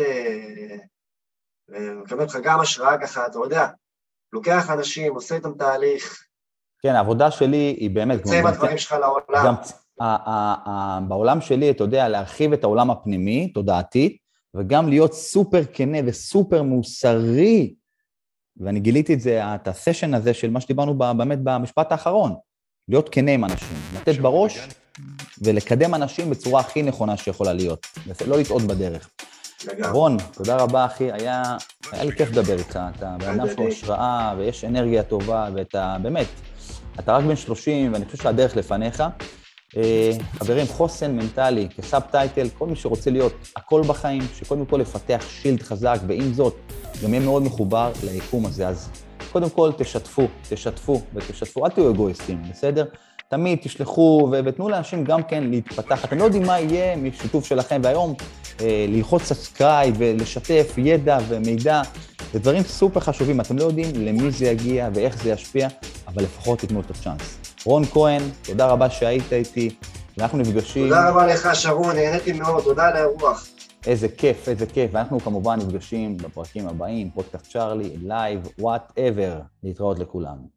מקבל לך גם השראה ככה, אתה יודע, לוקח אנשים, עושה איתם תהליך. כן, העבודה שלי היא באמת... יוצא עם הדברים שלך לעולם. בעולם שלי, אתה יודע, להרחיב את העולם הפנימי, תודעתי, וגם להיות סופר כנה וסופר מוסרי, ואני גיליתי את זה, את הסשן הזה של מה שדיברנו באמת במשפט האחרון, להיות כנה עם אנשים, לתת בראש ולקדם אנשים בצורה הכי נכונה שיכולה להיות, לא לטעות בדרך. רון, תודה רבה אחי, היה לי כיף לדבר איתך, אתה באדם שלו השראה ויש אנרגיה טובה, ואתה באמת, אתה רק בן 30 ואני חושב שהדרך לפניך. חברים, חוסן מנטלי, כסאב טייטל, כל מי שרוצה להיות הכל בחיים, שקודם כל לפתח שילד חזק, ועם זאת גם יהיה מאוד מחובר ליקום הזה. אז קודם כל תשתפו, אל תהיו אגואיסטים, בסדר? תמיד תשלחו ותנו לאנשים גם כן להתפתח. אתם לא יודעים מה יהיה משיתוף שלכם, והיום ללחוץ סאבסקרייב ולשתף ידע ומידע, זה דברים סופר חשובים. אתם לא יודעים למי זה יגיע ואיך זה ישפיע, אבל לפחות תתנו את הצ'אנס. רון כהן, תודה רבה שהיית איתי, ואנחנו נפגשים... תודה רבה לך, שרון, נהניתי מאוד, תודה על האירוח. איזה כיף, איזה כיף, ואנחנו כמובן נפגשים בפרקים הבאים, פודקאסט צ'רלי, לייב, whatever, להתראות לכולם.